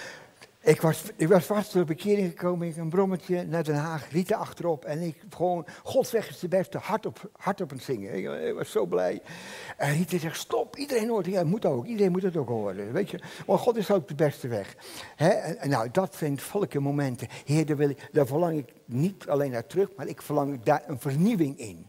ik, was, ik was vast door bekering gekomen. Ik een brommetje naar Den Haag, lieten achterop. En ik gewoon. Gods weg is de beste. Hardop, hardop aan het zingen. Ik, ik was zo blij. En Rita zegt: stop, iedereen hoort het. Ja, moet ook. Iedereen moet het ook horen. Weet je. Want God is ook de beste weg. He? En, en nou, dat zijn volke momenten. Heer, daar, wil ik, daar verlang ik niet alleen naar terug, maar ik verlang daar een vernieuwing in.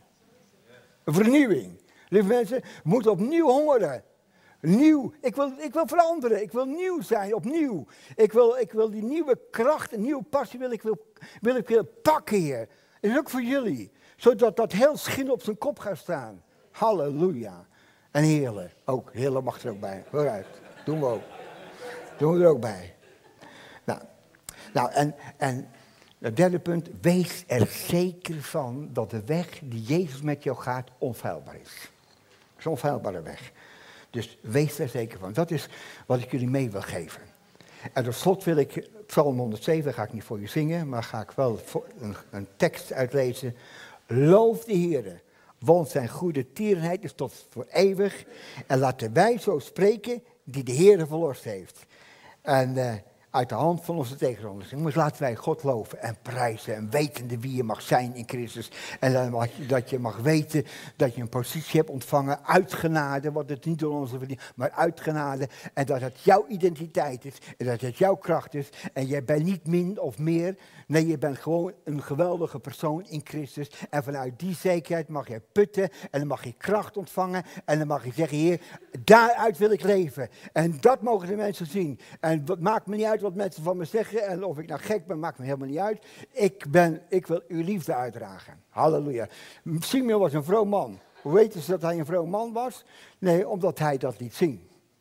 Een vernieuwing. Lieve mensen, we moeten opnieuw hongeren. Nieuw. Ik wil, ik wil veranderen. Ik wil nieuw zijn, opnieuw. Ik wil, ik wil die nieuwe kracht, een nieuwe passie wil ik, wil, wil ik weer pakken, Heer. Dat is ook voor jullie. Zodat dat heel Schin op zijn kop gaat staan. Halleluja. En Heerle ook. Heerle mag er ook bij. Vooruit. Doen we ook. Doen we er ook bij. Nou, nou en, en het derde punt. Wees er zeker van dat de weg die Jezus met jou gaat onfeilbaar is. Het is een onfeilbare weg. Dus wees er zeker van. Dat is wat ik jullie mee wil geven. En tot slot wil ik, Psalm honderdzeven ga ik niet voor je zingen, maar ga ik wel een, een tekst uitlezen. Loof de Heere, want zijn goede tierenheid is tot voor eeuwig. En laten wij zo spreken die de Heere verlost heeft. En uh, uit de hand van onze tegenstanders. Dus laten wij God loven en prijzen en wetende wie je mag zijn in Christus. En dan mag je, dat je mag weten dat je een positie hebt ontvangen uit genade, wat het niet door onze verdient, maar uit genade. En dat het jouw identiteit is en dat het jouw kracht is. En jij bent niet min of meer. Nee, je bent gewoon een geweldige persoon in Christus. En vanuit die zekerheid mag je putten en dan mag je kracht ontvangen. En dan mag je zeggen, Heer, daaruit wil ik leven. En dat mogen de mensen zien. En het maakt me niet uit wat mensen van me zeggen. En of ik nou gek ben, maakt me helemaal niet uit. Ik, ben, ik wil uw liefde uitdragen. Halleluja. Simeon was een vroom man. Hoe weten ze dat hij een vroom man was? Nee, omdat hij dat liet zien.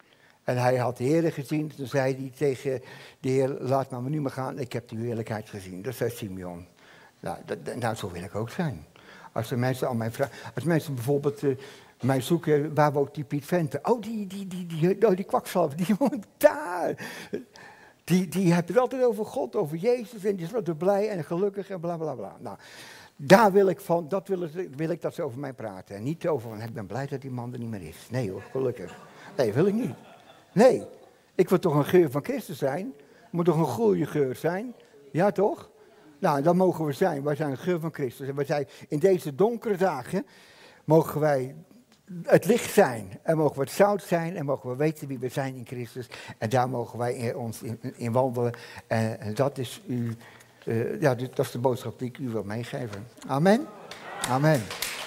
En hij had de Heer gezien, toen zei hij tegen de Heer, laat maar nu maar gaan, ik heb de heerlijkheid gezien. Dat zei Simeon. Nou, dat, nou, zo wil ik ook zijn. Als de mensen aan mij vragen, als mensen bijvoorbeeld uh, mij zoeken, waar woont die Piet Venter? Oh, die, die, die, die, oh, die kwakzalver, die woont daar. Die, die heeft het altijd over God, over Jezus, en die is altijd blij en gelukkig en bla bla bla. Nou, daar wil ik van, dat wil, wil ik dat ze over mij praten. En niet over van, ik ben blij dat die man er niet meer is. Nee hoor, gelukkig. Nee, wil ik niet. Nee, ik wil toch een geur van Christus zijn. Moet toch een goede geur zijn? Ja, toch? Nou, dat mogen we zijn. Wij zijn een geur van Christus. En wij zijn in deze donkere dagen, mogen wij het licht zijn. En mogen we het zout zijn. En mogen we weten wie we zijn in Christus. En daar mogen wij in, ons in, in wandelen. En, en dat is u, uh, ja, dat is de boodschap die ik u wil meegeven. Amen. Amen.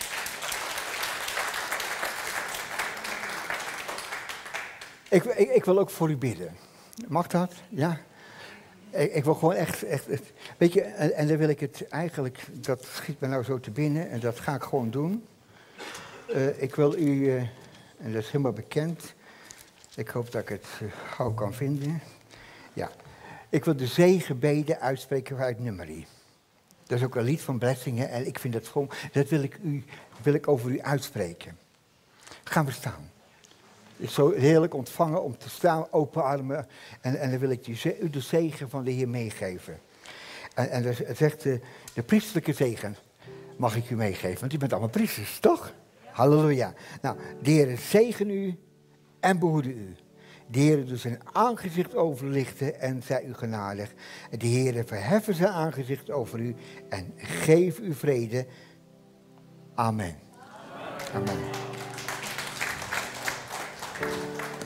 Ik, ik, ik wil ook voor u bidden. Mag dat? Ja. Ik, ik wil gewoon echt, echt, echt weet je, en, en dan wil ik het eigenlijk, dat schiet me nou zo te binnen en dat ga ik gewoon doen. Uh, ik wil u, uh, en dat is helemaal bekend, ik hoop dat ik het uh, gauw kan vinden. Ja, ik wil de zegenbeden uitspreken uit Numeri. Dat is ook een lied van blessingen en ik vind dat gewoon, dat wil ik, u, wil ik over u uitspreken. Gaan we staan. Het is zo heerlijk ontvangen om te staan, open armen. En, en dan wil ik u de zegen van de Heer meegeven. En, en het zegt de, de priesterlijke zegen mag ik u meegeven. Want u bent allemaal priesters, toch? Halleluja. Nou, de Heer zegen u en behoede u. De Heer doet zijn aangezicht overlichten en zij u genadig. De Heer verheffen zijn aangezicht over u en geef u vrede. Amen. Amen. Amen.